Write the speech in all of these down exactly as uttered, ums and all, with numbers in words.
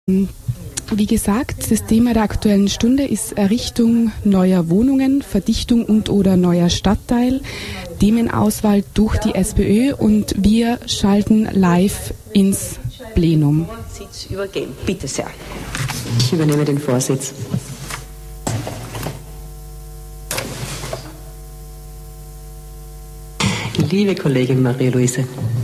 Wie gesagt, das Thema der Aktuellen Stunde ist Errichtung neuer Wohnungen, Verdichtung und oder neuer Stadtteil, Themenauswahl durch die SPÖ und wir schalten live ins Plenum. Übergeben. Bitte sehr. Ich übernehme den Vorsitz. Liebe Kollegin Maria-Luise.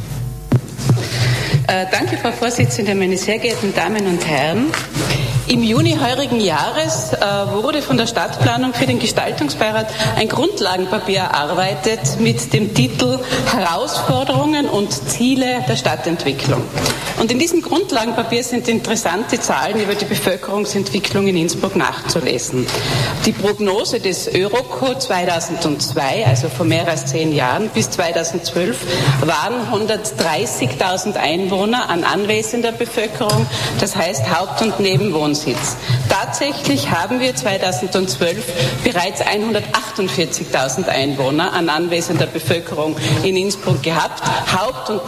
Äh, danke, Frau Vorsitzende, meine sehr geehrten Damen und Herren. Im Juni heurigen Jahres äh, wurde von der Stadtplanung für den Gestaltungsbeirat ein Grundlagenpapier erarbeitet mit dem Titel Herausforderungen und Ziele der Stadtentwicklung. Und in diesem Grundlagenpapier sind interessante Zahlen über die Bevölkerungsentwicklung in Innsbruck nachzulesen. Die Prognose des Öroco zweitausendzwei, also vor mehr als zehn Jahren, bis zweitausendzwölf waren hundertdreißigtausend Einwohner an anwesender Bevölkerung, das heißt Haupt- und Nebenwohnsitz. Tatsächlich haben wir zweitausendzwölf bereits hundertachtundvierzigtausend Einwohner an anwesender Bevölkerung in Innsbruck gehabt. Haupt- und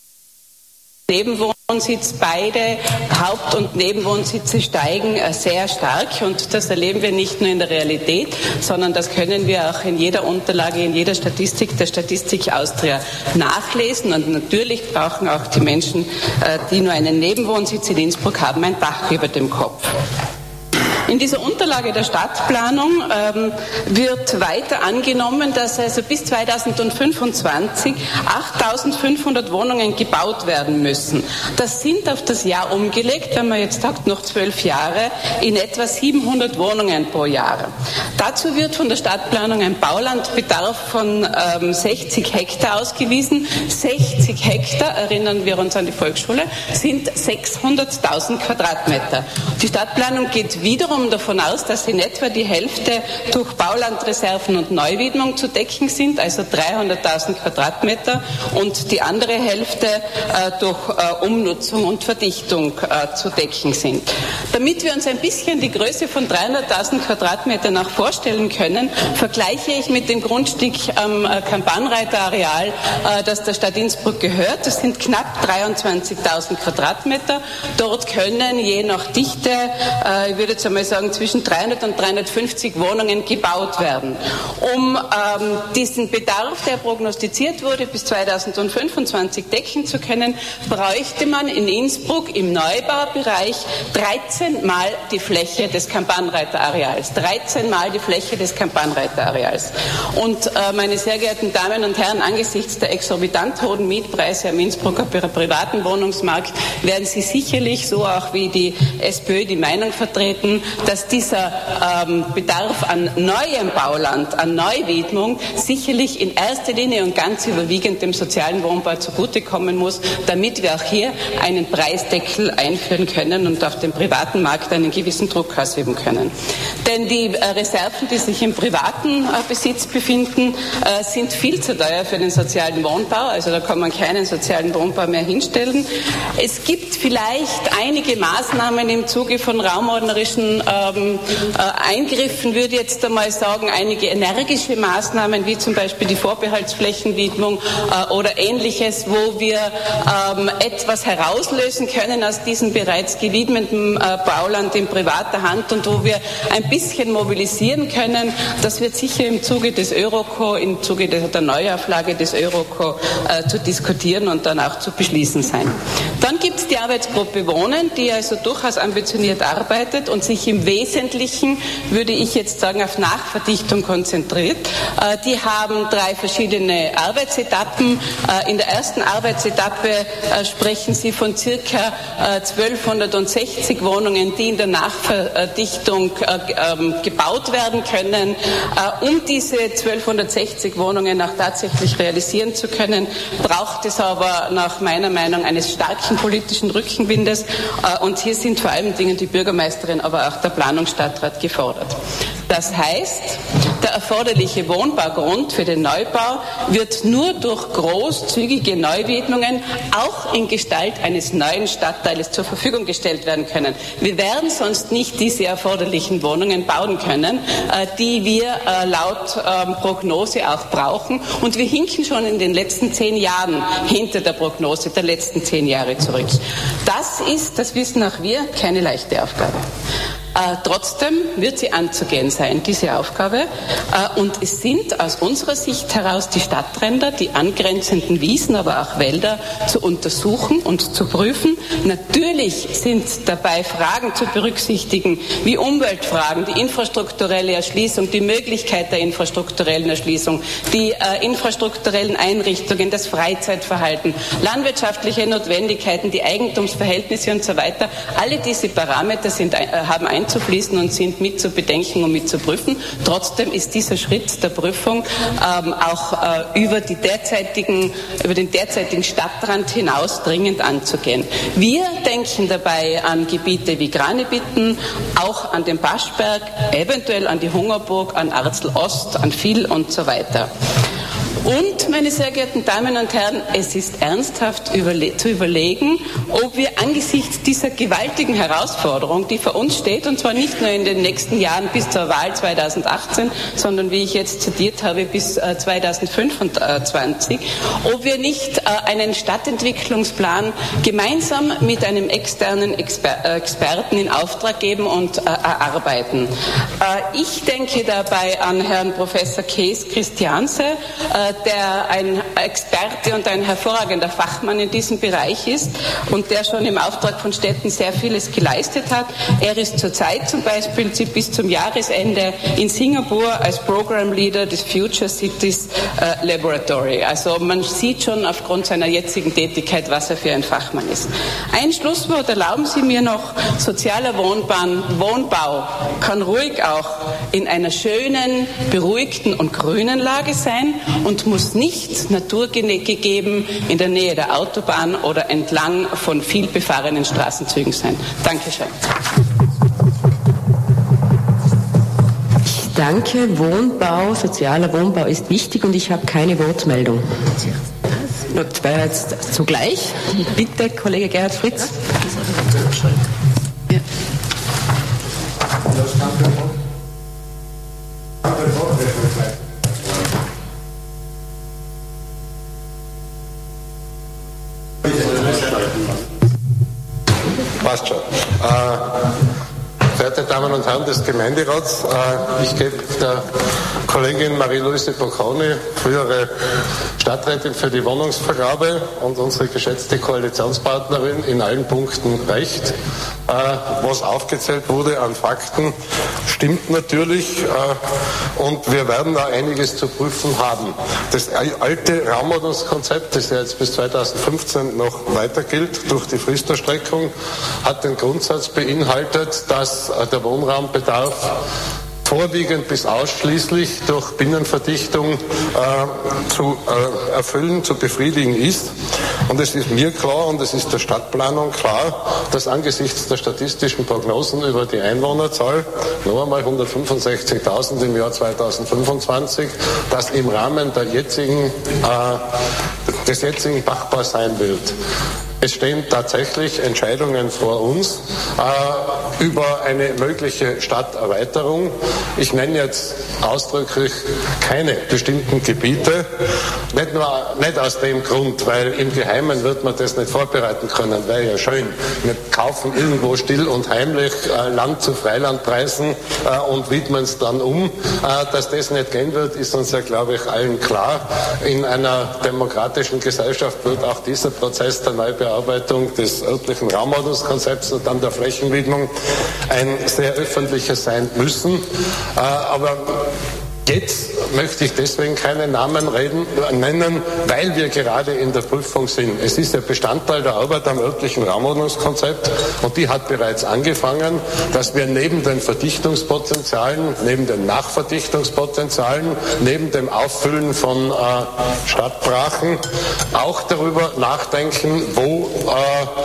Nebenwohnsitz, beide Haupt- und Nebenwohnsitze steigen sehr stark und das erleben wir nicht nur in der Realität, sondern das können wir auch in jeder Unterlage, in jeder Statistik der Statistik Austria nachlesen und natürlich brauchen auch die Menschen, die nur einen Nebenwohnsitz in Innsbruck haben, ein Dach über dem Kopf. In dieser Unterlage der Stadtplanung ähm, wird weiter angenommen, dass also bis zweitausendfünfundzwanzig achttausendfünfhundert Wohnungen gebaut werden müssen. Das sind auf das Jahr umgelegt, wenn man jetzt sagt, noch zwölf Jahre, in etwa siebenhundert Wohnungen pro Jahr. Dazu wird von der Stadtplanung ein Baulandbedarf von ähm, sechzig Hektar ausgewiesen. sechzig Hektar, erinnern wir uns an die Volksschule, sind sechshunderttausend Quadratmeter. Die Stadtplanung geht wiederum davon aus, dass in etwa die Hälfte durch Baulandreserven und Neuwidmung zu decken sind, also dreihunderttausend Quadratmeter, und die andere Hälfte äh, durch äh, Umnutzung und Verdichtung äh, zu decken sind. Damit wir uns ein bisschen die Größe von dreihunderttausend Quadratmetern auch vorstellen können, vergleiche ich mit dem Grundstück am äh, Kampanreiterareal, äh, das der Stadt Innsbruck gehört. Das sind knapp dreiundzwanzigtausend Quadratmeter. Dort können je nach Dichte, äh, ich würde jetzt einmal sagen, zwischen dreihundert und dreihundertfünfzig Wohnungen gebaut werden. Um ähm, diesen Bedarf, der prognostiziert wurde, bis zweitausendfünfundzwanzig decken zu können, bräuchte man in Innsbruck im Neubaubereich dreizehn Mal die Fläche des Kampanreiterareals. dreizehn Mal die Fläche des Kampanreiterareals. Und äh, meine sehr geehrten Damen und Herren, angesichts der exorbitant hohen Mietpreise am Innsbrucker privaten Wohnungsmarkt werden Sie sicherlich, so auch wie die SPÖ, die Meinung vertreten, dass dieser ähm, Bedarf an neuem Bauland, an Neuwidmung sicherlich in erster Linie und ganz überwiegend dem sozialen Wohnbau zugutekommen muss, damit wir auch hier einen Preisdeckel einführen können und auf dem privaten Markt einen gewissen Druck ausüben können. Denn die äh, Reserven, die sich im privaten äh, Besitz befinden, äh, sind viel zu teuer für den sozialen Wohnbau. Also da kann man keinen sozialen Wohnbau mehr hinstellen. Es gibt vielleicht einige Maßnahmen im Zuge von raumordnerischen ähm, äh, Eingriffen, würde ich jetzt einmal sagen, einige energische Maßnahmen, wie zum Beispiel die Vorbehaltsflächenwidmung äh, oder Ähnliches, wo wir ähm, etwas herauslösen können aus diesem bereits gewidmeten äh, Bauland in privater Hand und wo wir ein bisschen mobilisieren können. Das wird sicher im Zuge des Öroco, im Zuge der, der Neuauflage des Öroco äh, zu diskutieren und dann auch zu beschließen sein. Dann gibt es die Arbeitsgruppe Wohnen, die also durchaus ambitioniert arbeitet und sich im Wesentlichen, würde ich jetzt sagen, auf Nachverdichtung konzentriert. Äh, die haben drei verschiedene Arbeitsetappen. Äh, in der ersten Arbeitsetappe äh, sprechen sie von circa äh, zwölfhundertsechzig Wohnungen, die in der Nachverdichtung äh, ähm, gebaut werden können. Äh, um diese zwölfhundertsechzig Wohnungen auch tatsächlich realisieren zu können, braucht es aber nach meiner Meinung eines starken politischen Rückenwindes. Äh, und hier sind vor allen Dingen die Bürgermeisterin, aber auch der Planungsstadtrat gefordert. Das heißt, Der erforderliche Wohnbaugrund für den Neubau wird nur durch großzügige Neuwidmungen auch in Gestalt eines neuen Stadtteiles zur Verfügung gestellt werden können. Wir werden sonst nicht diese erforderlichen Wohnungen bauen können, die wir laut Prognose auch brauchen. Und wir hinken schon in den letzten zehn Jahren hinter der Prognose der letzten zehn Jahre zurück. Das ist, das wissen auch wir, keine leichte Aufgabe. Äh, trotzdem wird sie anzugehen sein, diese Aufgabe. Äh, und es sind aus unserer Sicht heraus die Stadtränder, die angrenzenden Wiesen, aber auch Wälder zu untersuchen und zu prüfen. Natürlich sind dabei Fragen zu berücksichtigen, wie Umweltfragen, die infrastrukturelle Erschließung, die Möglichkeit der infrastrukturellen Erschließung, die äh, infrastrukturellen Einrichtungen, das Freizeitverhalten, landwirtschaftliche Notwendigkeiten, die Eigentumsverhältnisse und so weiter. Alle diese Parameter sind, äh, haben ein einzufließen und sind mit zu bedenken und mit zu prüfen. Trotzdem ist dieser Schritt der Prüfung ähm, auch äh, über, die derzeitigen, über den derzeitigen Stadtrand hinaus dringend anzugehen. Wir denken dabei an Gebiete wie Granebitten, auch an den Baschberg, eventuell an die Hungerburg, an Arzel Ost, an Vihl und so weiter. Und, meine sehr geehrten Damen und Herren, es ist ernsthaft überle- zu überlegen, ob wir angesichts dieser gewaltigen Herausforderung, die vor uns steht, und zwar nicht nur in den nächsten Jahren bis zur Wahl zweitausendachtzehn, sondern, wie ich jetzt zitiert habe, bis äh, zweitausendfünfundzwanzig, ob wir nicht äh, einen Stadtentwicklungsplan gemeinsam mit einem externen Exper- äh, Experten in Auftrag geben und äh, erarbeiten. Äh, ich denke dabei an Herrn Professor Kees Christianse, äh, der ein Experte und ein hervorragender Fachmann in diesem Bereich ist und der schon im Auftrag von Städten sehr vieles geleistet hat. Er ist zurzeit zum Beispiel bis zum Jahresende in Singapur als Program Leader des Future Cities äh, Laboratory. Also man sieht schon aufgrund seiner jetzigen Tätigkeit, was er für ein Fachmann ist. Ein Schlusswort erlauben Sie mir noch. Sozialer Wohnbau, Wohnbau kann ruhig auch in einer schönen, beruhigten und grünen Lage sein und muss nicht naturgegeben in der Nähe der Autobahn oder entlang von viel befahrenen Straßenzügen sein. Dankeschön. Ich danke. Wohnbau, sozialer Wohnbau ist wichtig und ich habe keine Wortmeldung. Und äh, zugleich, bitte, Kollege Gerhard Fritz. Ja. Passt schon. Äh, verehrte Damen und Herren des Gemeinderats, äh, ich gebe der Kollegin Marie-Louise Bocconi, frühere Stadträtin für die Wohnungsvergabe und unsere geschätzte Koalitionspartnerin, in allen Punkten recht. Äh, was aufgezählt wurde an Fakten, stimmt natürlich äh, und wir werden da einiges zu prüfen haben. Das alte Raumordnungskonzept, das ja jetzt bis zweitausendfünfzehn noch weiter gilt durch die Fristerstreckung, hat den Grundsatz beinhaltet, dass äh, der Wohnraumbedarf vorwiegend bis ausschließlich durch Binnenverdichtung äh, zu äh, erfüllen, zu befriedigen ist. Und es ist mir klar und es ist der Stadtplanung klar, dass angesichts der statistischen Prognosen über die Einwohnerzahl, noch einmal hundertfünfundsechzigtausend im Jahr zweitausendfünfundzwanzig, das im Rahmen der jetzigen, äh, des jetzigen machbar sein wird. Es stehen tatsächlich Entscheidungen vor uns äh, über eine mögliche Stadterweiterung. Ich nenne jetzt ausdrücklich keine bestimmten Gebiete, nicht, nur, nicht aus dem Grund, weil im Geheimen wird man das nicht vorbereiten können, wäre ja schön. Wir kaufen irgendwo still und heimlich äh, Land zu Freilandpreisen äh, und widmen es dann um. Äh, dass das nicht gehen wird, ist uns ja, glaube ich, allen klar. In einer demokratischen Gesellschaft wird auch dieser Prozess der Neubearbeitung des örtlichen Raumordnungskonzepts und dann der Flächenwidmung ein sehr öffentlicher sein müssen. Äh, aber jetzt möchte ich deswegen keine Namen reden, nennen, weil wir gerade in der Prüfung sind. Es ist ja Bestandteil der Arbeit am örtlichen Raumordnungskonzept und die hat bereits angefangen, dass wir neben den Verdichtungspotenzialen, neben den Nachverdichtungspotenzialen, neben dem Auffüllen von äh, Stadtbrachen auch darüber nachdenken, wo äh,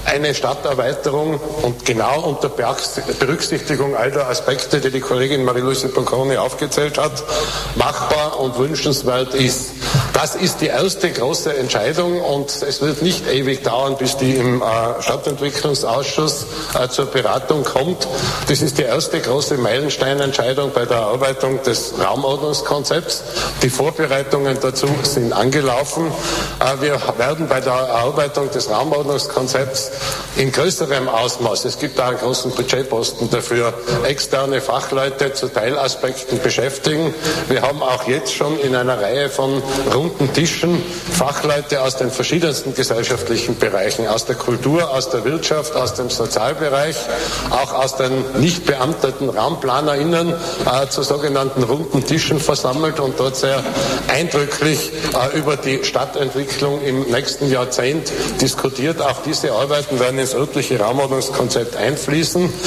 eine Stadterweiterung und genau unter Berücksichtigung all der Aspekte, die die Kollegin Marie-Louise Bocconi aufgezählt hat, machbar und wünschenswert ist. Das ist die erste große Entscheidung und es wird nicht ewig dauern, bis die im äh, Stadtentwicklungsausschuss äh, zur Beratung kommt. Das ist die erste große Meilensteinentscheidung bei der Erarbeitung des Raumordnungskonzepts. Die Vorbereitungen dazu sind angelaufen. Äh, wir werden bei der Erarbeitung des Raumordnungskonzepts in größerem Ausmaß, es gibt da einen großen Budgetposten dafür, externe Fachleute zu Teilaspekten beschäftigen. Wir haben auch jetzt schon in einer Reihe von runden Tischen Fachleute aus den verschiedensten gesellschaftlichen Bereichen, aus der Kultur, aus der Wirtschaft, aus dem Sozialbereich, auch aus den nicht beamteten RaumplanerInnen äh, zu sogenannten runden Tischen versammelt und dort sehr eindrücklich äh, über die Stadtentwicklung im nächsten Jahrzehnt diskutiert. Auch diese Arbeiten werden ins örtliche Raumordnungskonzept einfließen. Äh,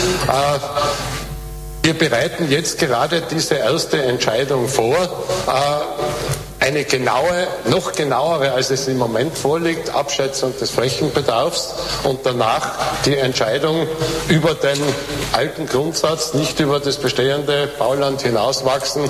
wir bereiten jetzt gerade diese erste Entscheidung vor. Äh, Eine genaue, noch genauere, als es im Moment vorliegt, Abschätzung des Flächenbedarfs und danach die Entscheidung über den alten Grundsatz, nicht über das bestehende Bauland hinauswachsen,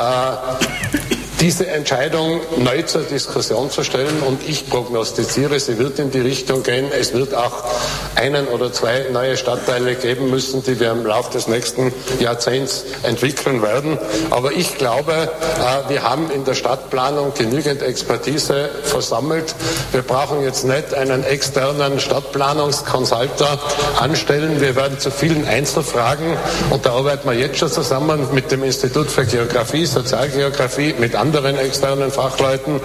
äh, diese Entscheidung neu zur Diskussion zu stellen und ich prognostiziere, sie wird in die Richtung gehen. Es wird auch einen oder zwei neue Stadtteile geben müssen, die wir im Laufe des nächsten Jahrzehnts entwickeln werden. Aber ich glaube, wir haben in der Stadtplanung genügend Expertise versammelt. Wir brauchen jetzt nicht einen externen Stadtplanungskonsulter anstellen. Wir werden zu vielen Einzelfragen, und da arbeiten wir jetzt schon zusammen mit dem Institut für Geografie, Sozialgeografie, mit anderen anderen externen Fachleuten.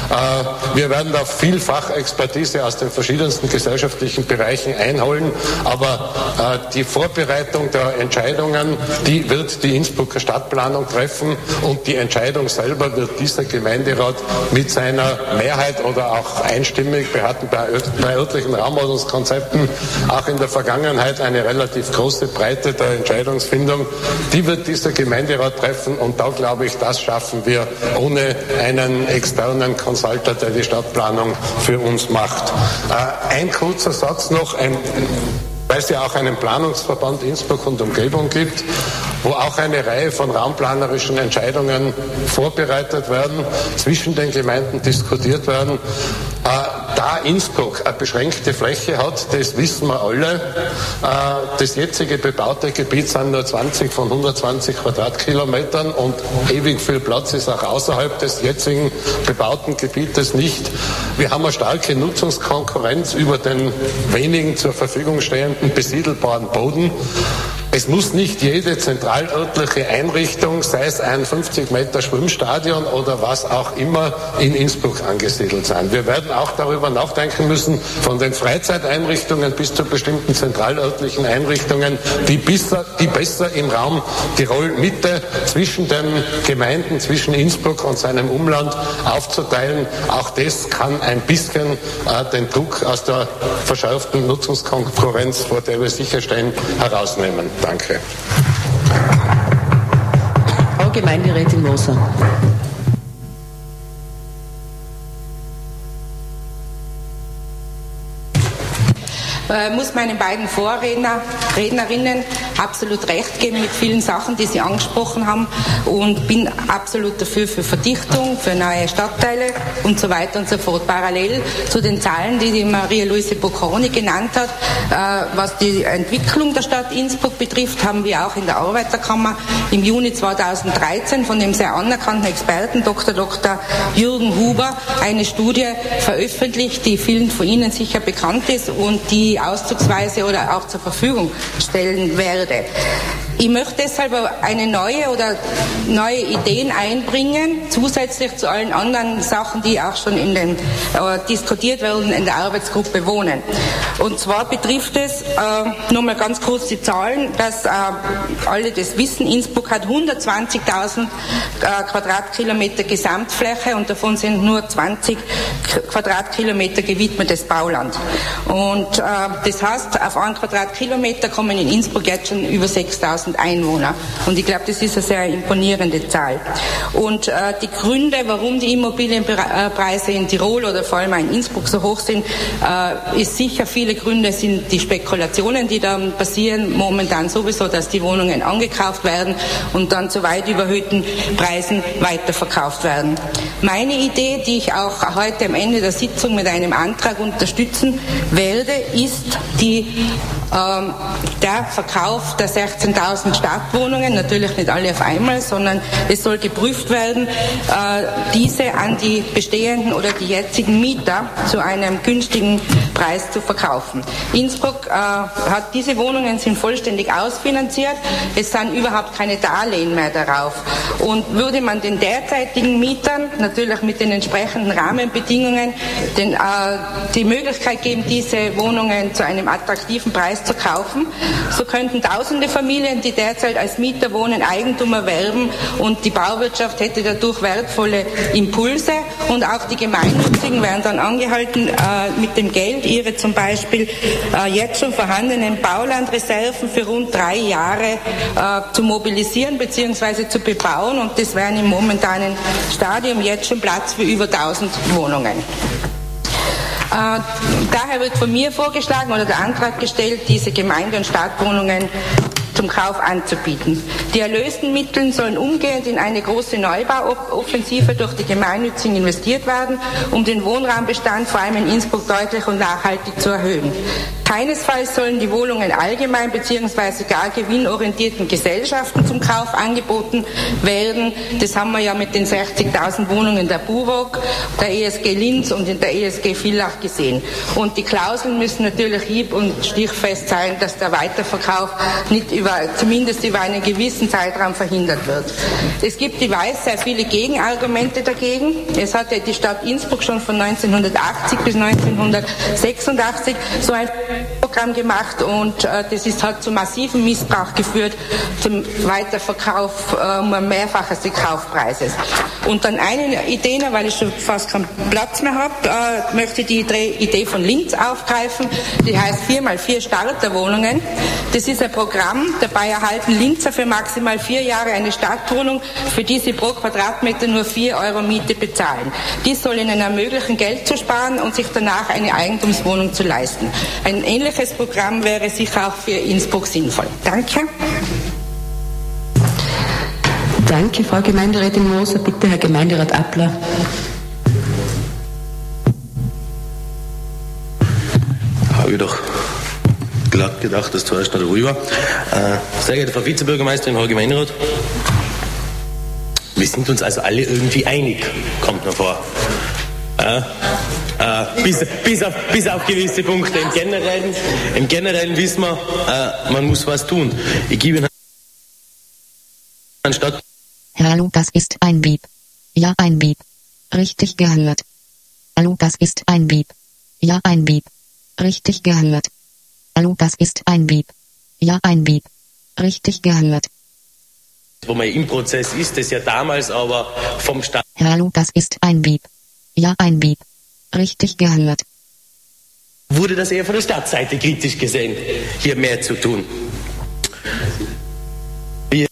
Wir werden da viel Fachexpertise aus den verschiedensten gesellschaftlichen Bereichen einholen, aber die Vorbereitung der Entscheidungen, die wird die Innsbrucker Stadtplanung treffen und die Entscheidung selber wird dieser Gemeinderat mit seiner Mehrheit oder auch einstimmig, wir hatten bei, bei örtlichen Raumordnungskonzepten auch in der Vergangenheit eine relativ große Breite der Entscheidungsfindung, die wird dieser Gemeinderat treffen und da glaube ich, das schaffen wir ohne einen externen Consultant, der die Stadtplanung für uns macht. Äh, ein kurzer Satz noch, ein, weil es ja auch einen Planungsverband Innsbruck und Umgebung gibt, wo auch eine Reihe von raumplanerischen Entscheidungen vorbereitet werden, zwischen den Gemeinden diskutiert werden. Äh, da Innsbruck eine beschränkte Fläche hat, das wissen wir alle. Äh, das jetzige bebaute Gebiet sind nur zwanzig von hundertzwanzig Quadratkilometern und ewig viel Platz ist auch außerhalb des jetzigen bebauten Gebietes nicht. Wir haben eine starke Nutzungskonkurrenz über den wenigen zur Verfügung stehenden besiedelbaren Boden. Es muss nicht jede zentralörtliche Einrichtung, sei es ein fünfzig Meter Schwimmstadion oder was auch immer, in Innsbruck angesiedelt sein. Wir werden auch darüber nachdenken müssen, von den Freizeiteinrichtungen bis zu bestimmten zentralörtlichen Einrichtungen, die besser, die besser im Raum Tirol-Mitte zwischen den Gemeinden, zwischen Innsbruck und seinem Umland aufzuteilen. Auch das kann ein bisschen äh, den Druck aus der verschärften Nutzungskonkurrenz, vor der wir sicher stehen, herausnehmen. Danke. Frau Gemeinderätin Moser. äh, muss meinen beiden Vorredner, Rednerinnen absolut recht geben mit vielen Sachen, die sie angesprochen haben, und bin absolut dafür für Verdichtung, für neue Stadtteile und so weiter und so fort. Parallel zu den Zahlen, die die Marie-Louise Bocconi genannt hat, äh, was die Entwicklung der Stadt Innsbruck betrifft, haben wir auch in der Arbeiterkammer im Juni zweitausenddreizehn von dem sehr anerkannten Experten Doktor Doktor Jürgen Huber eine Studie veröffentlicht, die vielen von Ihnen sicher bekannt ist und die auszugsweise oder auch zur Verfügung stellen werde. Ich möchte deshalb eine neue oder neue Ideen einbringen, zusätzlich zu allen anderen Sachen, die auch schon in den, äh, diskutiert werden in der Arbeitsgruppe Wohnen. Und zwar betrifft es, äh, nur mal ganz kurz die Zahlen, dass äh, alle das wissen, Innsbruck hat hundertzwanzigtausend äh, Quadratkilometer Gesamtfläche und davon sind nur zwanzig Quadratkilometer gewidmetes Bauland. Und äh, das heißt, auf einen Quadratkilometer kommen in Innsbruck jetzt schon über sechstausend sechzehntausend Einwohner. Und ich glaube, das ist eine sehr imponierende Zahl. Und äh, die Gründe, warum die Immobilienpreise in Tirol oder vor allem auch in Innsbruck so hoch sind, äh, ist sicher, viele Gründe sind die Spekulationen, die dann passieren, momentan sowieso, dass die Wohnungen angekauft werden und dann zu weit überhöhten Preisen weiterverkauft werden. Meine Idee, die ich auch heute am Ende der Sitzung mit einem Antrag unterstützen werde, ist die, ähm, der Verkauf der sechzehntausend Startwohnungen, natürlich nicht alle auf einmal, sondern es soll geprüft werden, äh, diese an die bestehenden oder die jetzigen Mieter zu einem günstigen Preis zu verkaufen. Innsbruck äh, hat diese Wohnungen sind vollständig ausfinanziert, es sind überhaupt keine Darlehen mehr darauf. Und würde man den derzeitigen Mietern, natürlich mit den entsprechenden Rahmenbedingungen, den, äh, die Möglichkeit geben, diese Wohnungen zu einem attraktiven Preis zu kaufen, so könnten tausende Familien, die derzeit als Mieter wohnen, Eigentum erwerben und die Bauwirtschaft hätte dadurch wertvolle Impulse und auch die Gemeinnützigen wären dann angehalten, äh, mit dem Geld ihre zum Beispiel äh, jetzt schon vorhandenen Baulandreserven für rund drei Jahre äh, zu mobilisieren bzw. zu bebauen, und das wären im momentanen Stadium jetzt schon Platz für über tausend Wohnungen. Äh, daher wird von mir vorgeschlagen oder der Antrag gestellt, diese Gemeinde- und Stadtwohnungen zum Kauf anzubieten. Die erlösten Mittel sollen umgehend in eine große Neubauoffensive durch die Gemeinnützigen investiert werden, um den Wohnraumbestand vor allem in Innsbruck deutlich und nachhaltig zu erhöhen. Keinesfalls sollen die Wohnungen allgemein bzw. gar gewinnorientierten Gesellschaften zum Kauf angeboten werden. Das haben wir ja mit den sechzigtausend Wohnungen der BUWOG, der E S G Linz und in der E S G Villach gesehen. Und die Klauseln müssen natürlich hieb- und stichfest sein, dass der Weiterverkauf nicht über, zumindest über einen gewissen Zeitraum verhindert wird. Es gibt, ich weiß, sehr viele Gegenargumente dagegen. Es hatte die Stadt Innsbruck schon von neunzehnhundertachtzig bis neunzehnhundertsechsundachtzig so ein Programm gemacht, und äh, das ist, hat zu massivem Missbrauch geführt, zum Weiterverkauf äh, um ein Mehrfaches des Kaufpreises. Und dann eine Idee, weil ich schon fast keinen Platz mehr habe, äh, möchte ich die Idee von Linz aufgreifen, die heißt vier mal vier Starterwohnungen. Das ist ein Programm, dabei erhalten Linzer für maximal vier Jahre eine Startwohnung, für die sie pro Quadratmeter nur vier Euro Miete bezahlen. Dies soll ihnen ermöglichen, Geld zu sparen und sich danach eine Eigentumswohnung zu leisten. Ein ähnliches Programm wäre sicher auch für Innsbruck sinnvoll. Danke. Danke, Frau Gemeinderätin Moser. Bitte, Herr Gemeinderat Appler. Habe ich doch glatt gedacht, das zuerst noch rüber. Äh, sehr geehrte Frau Vizebürgermeisterin, Herr Gemeinderat, wir sind uns also alle irgendwie einig, kommt mir vor. Äh, äh, bis, bis, auf, bis auf gewisse Punkte. Im Generellen, im Generellen wissen wir, äh, man muss was tun. Ich gebe Ihnen anstatt. Hallo, das ist ein Beep. Ja, ein Beep. Richtig gehört. Hallo, das ist ein Beep. Ja, ein Beep. Richtig gehört. Hallo, das ist ein Beep. Ja, ein Beep. Richtig gehört. Wo man im Prozess ist, das ja damals aber vom Staat. Hallo, das ist ein Beep. Ja, ein Beep. Richtig gehört. Wurde das eher von der Stadtseite kritisch gesehen, hier mehr zu tun? Wir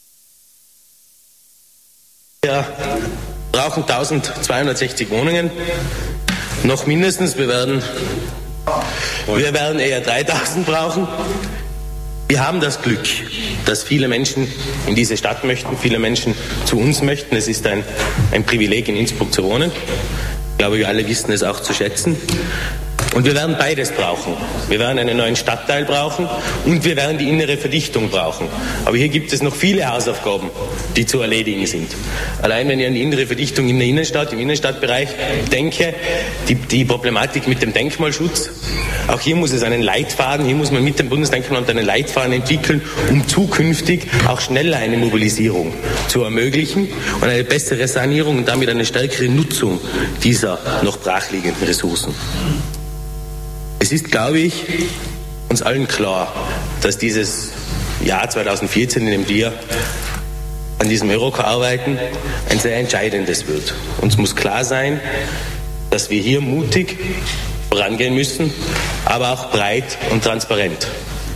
brauchen eintausendzweihundertsechzig Wohnungen, noch mindestens. Wir werden, wir werden eher dreitausend brauchen. Wir haben das Glück, dass viele Menschen in diese Stadt möchten, viele Menschen zu uns möchten. Es ist ein, ein Privileg, in Innsbruck zu wohnen. Ich glaube, wir alle wissen es auch zu schätzen. Und wir werden beides brauchen. Wir werden einen neuen Stadtteil brauchen und wir werden die innere Verdichtung brauchen. Aber hier gibt es noch viele Hausaufgaben, die zu erledigen sind. Allein wenn ich an die innere Verdichtung in der Innenstadt, im Innenstadtbereich denke, die, die Problematik mit dem Denkmalschutz. Auch hier muss es einen Leitfaden, hier muss man mit dem Bundesdenkmalamt einen Leitfaden entwickeln, um zukünftig auch schneller eine Mobilisierung zu ermöglichen und eine bessere Sanierung und damit eine stärkere Nutzung dieser noch brachliegenden Ressourcen. Es ist, glaube ich, uns allen klar, dass dieses Jahr zweitausendvierzehn, in dem wir an diesem Eurocore arbeiten, ein sehr entscheidendes wird. Uns muss klar sein, dass wir hier mutig vorangehen müssen, aber auch breit und transparent.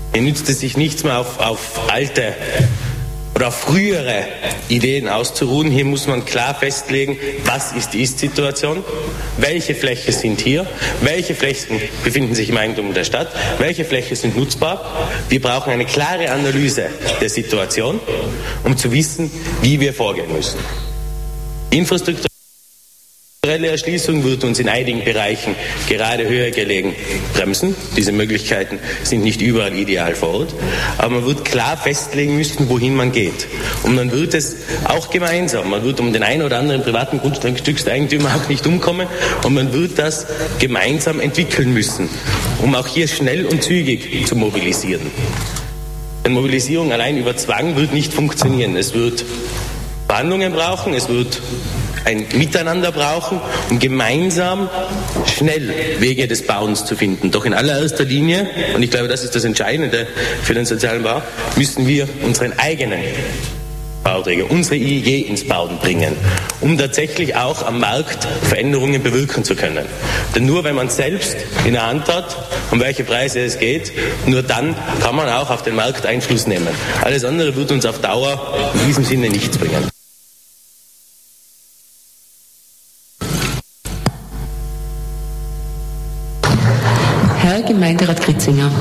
Hier nützt es sich nichts mehr auf, auf alte oder auf frühere Ideen auszuruhen. Hier muss man klar festlegen, was ist die Ist-Situation, welche Flächen sind hier, welche Flächen befinden sich im Eigentum der Stadt, welche Flächen sind nutzbar. Wir brauchen eine klare Analyse der Situation, um zu wissen, wie wir vorgehen müssen. Infrastruktur Strukturelle Erschließung wird uns in einigen Bereichen gerade höher gelegen bremsen. Diese Möglichkeiten sind nicht überall ideal vor Ort. Aber man wird klar festlegen müssen, wohin man geht. Und man wird es auch gemeinsam, man wird um den einen oder anderen privaten Grundstückseigentümer auch nicht umkommen. Und man wird das gemeinsam entwickeln müssen, um auch hier schnell und zügig zu mobilisieren. Denn Mobilisierung allein über Zwang wird nicht funktionieren. Es wird Verhandlungen brauchen, es wird ein Miteinander brauchen, um gemeinsam schnell Wege des Bauens zu finden. Doch in allererster Linie, und ich glaube, das ist das Entscheidende für den sozialen Bau, müssen wir unseren eigenen Bauträger, unsere I E G ins Bauen bringen, um tatsächlich auch am Markt Veränderungen bewirken zu können. Denn nur wenn man selbst in der Hand hat, um welche Preise es geht, nur dann kann man auch auf den Markt Einfluss nehmen. Alles andere wird uns auf Dauer in diesem Sinne nichts bringen. Herr Gemeinderat Kritzinger.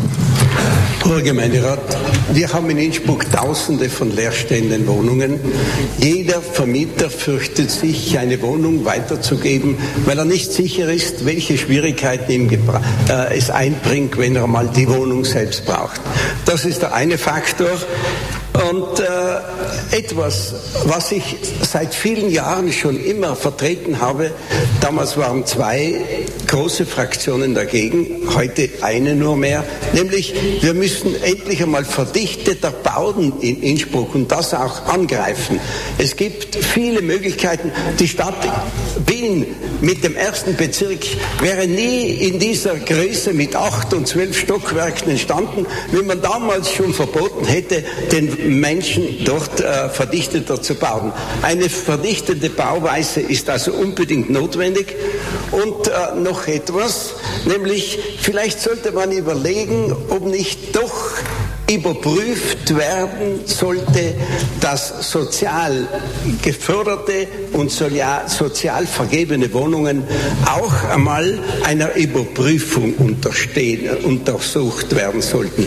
Herr Gemeinderat, wir haben in Innsbruck Tausende von leerstehenden Wohnungen. Jeder Vermieter fürchtet sich, eine Wohnung weiterzugeben, weil er nicht sicher ist, welche Schwierigkeiten ihm äh, es einbringt, wenn er mal die Wohnung selbst braucht. Das ist der eine Faktor. Und äh, etwas, was ich seit vielen Jahren schon immer vertreten habe, damals waren zwei große Fraktionen dagegen, heute eine nur mehr, nämlich wir müssen endlich einmal verdichteter bauen in Innsbruck und das auch angreifen. Es gibt viele Möglichkeiten. Die Stadt Wien mit dem ersten Bezirk wäre nie in dieser Größe mit acht und zwölf Stockwerken entstanden, wenn man damals schon verboten hätte, den Menschen dort äh, verdichteter zu bauen. Eine verdichtete Bauweise ist also unbedingt notwendig. Und äh, noch etwas, nämlich vielleicht sollte man überlegen, ob nicht doch überprüft werden sollte, dass sozial geförderte und sozial vergebene Wohnungen auch einmal einer Überprüfung unterstehen, untersucht werden sollten.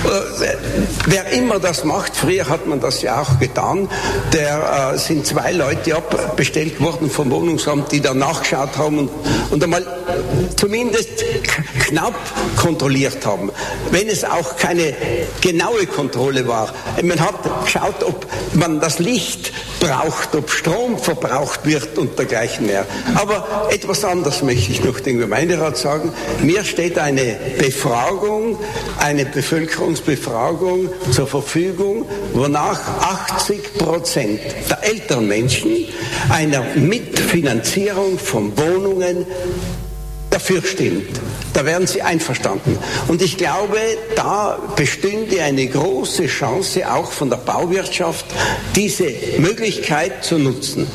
Wer immer das macht, früher hat man das ja auch getan, der äh, sind zwei Leute abbestellt worden vom Wohnungsamt, die da nachgeschaut haben und, und einmal zumindest knapp kontrolliert haben. Wenn es auch keine genaue Kontrolle war. Man hat geschaut, ob man das Licht braucht, ob Strom verbraucht wird und dergleichen mehr. Aber etwas anderes möchte ich noch dem Gemeinderat sagen. Mir steht eine Befragung, eine Bevölkerungsbefragung zur Verfügung, wonach achtzig Prozent der älteren Menschen einer Mitfinanzierung von Wohnungen dafür stimmt. Da wären sie einverstanden. Und ich glaube, da bestünde eine große Chance, auch von der Bauwirtschaft, diese Möglichkeit zu nutzen.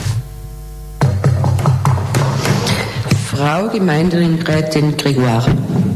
Frau Gemeinderätin Gregoire.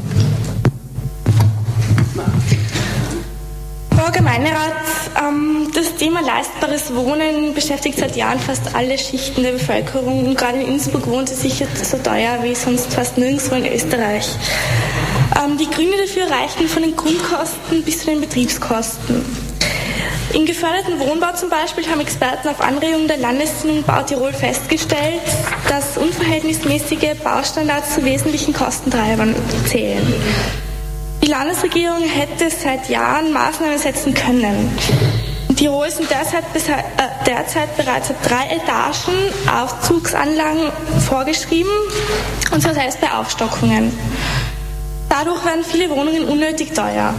Frau Gemeinderat, ähm, das Thema leistbares Wohnen beschäftigt seit Jahren fast alle Schichten der Bevölkerung und gerade in Innsbruck wohnt es sicher so teuer wie sonst fast nirgendwo in Österreich. Ähm, die Gründe dafür reichen von den Grundkosten bis zu den Betriebskosten. Im geförderten Wohnbau zum Beispiel haben Experten auf Anregung der Landesregierung Bau Tirol festgestellt, dass unverhältnismäßige Baustandards zu wesentlichen Kostentreibern zählen. Die Landesregierung hätte seit Jahren Maßnahmen setzen können. In Tirol sind derzeit, äh, derzeit bereits drei Etagen Aufzugsanlagen vorgeschrieben, und zwar selbst bei Aufstockungen. Dadurch werden viele Wohnungen unnötig teuer.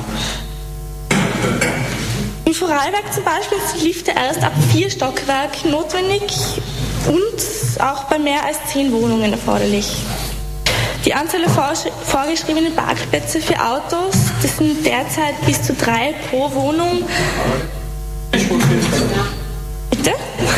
In Vorarlberg zum Beispiel sind Lifte erst ab vier Stockwerken notwendig und auch bei mehr als zehn Wohnungen erforderlich. Die Anzahl der vorgeschriebenen Parkplätze für Autos, das sind derzeit bis zu drei pro Wohnung. Bitte?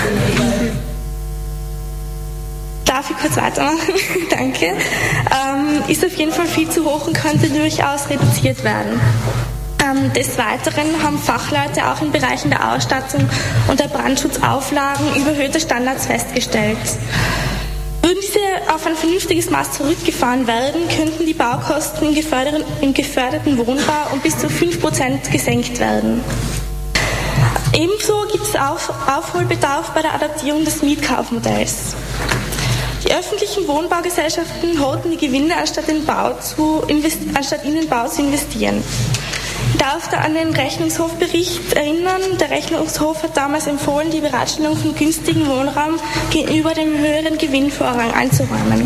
Darf ich kurz weitermachen? Danke. Ähm, ist auf jeden Fall viel zu hoch und könnte durchaus reduziert werden. Ähm, des Weiteren haben Fachleute auch in Bereichen der Ausstattung und der Brandschutzauflagen überhöhte Standards festgestellt. Würden diese auf ein vernünftiges Maß zurückgefahren werden, könnten die Baukosten im geförderten, im geförderten Wohnbau um bis zu fünf Prozent gesenkt werden. Ebenso gibt es Auf, Aufholbedarf bei der Adaptierung des Mietkaufmodells. Die öffentlichen Wohnbaugesellschaften horten die Gewinne, anstatt in, Bau zu invest- anstatt in den Bau zu investieren. Ich darf da an den Rechnungshofbericht erinnern. Der Rechnungshof hat damals empfohlen, die Bereitstellung von günstigem Wohnraum gegenüber dem höheren Gewinnvorrang einzuräumen.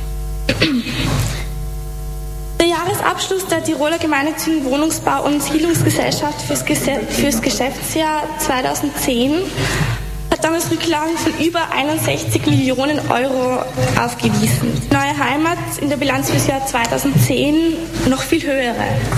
Der Jahresabschluss der Tiroler Gemeinnützigen Wohnungsbau- und Siedlungsgesellschaft fürs, Gese- fürs Geschäftsjahr zweitausendzehn hat damals Rücklagen von über einundsechzig Millionen Euro aufgewiesen. Neue Heimat in der Bilanz fürs Jahr zweitausendzehn noch viel höhere.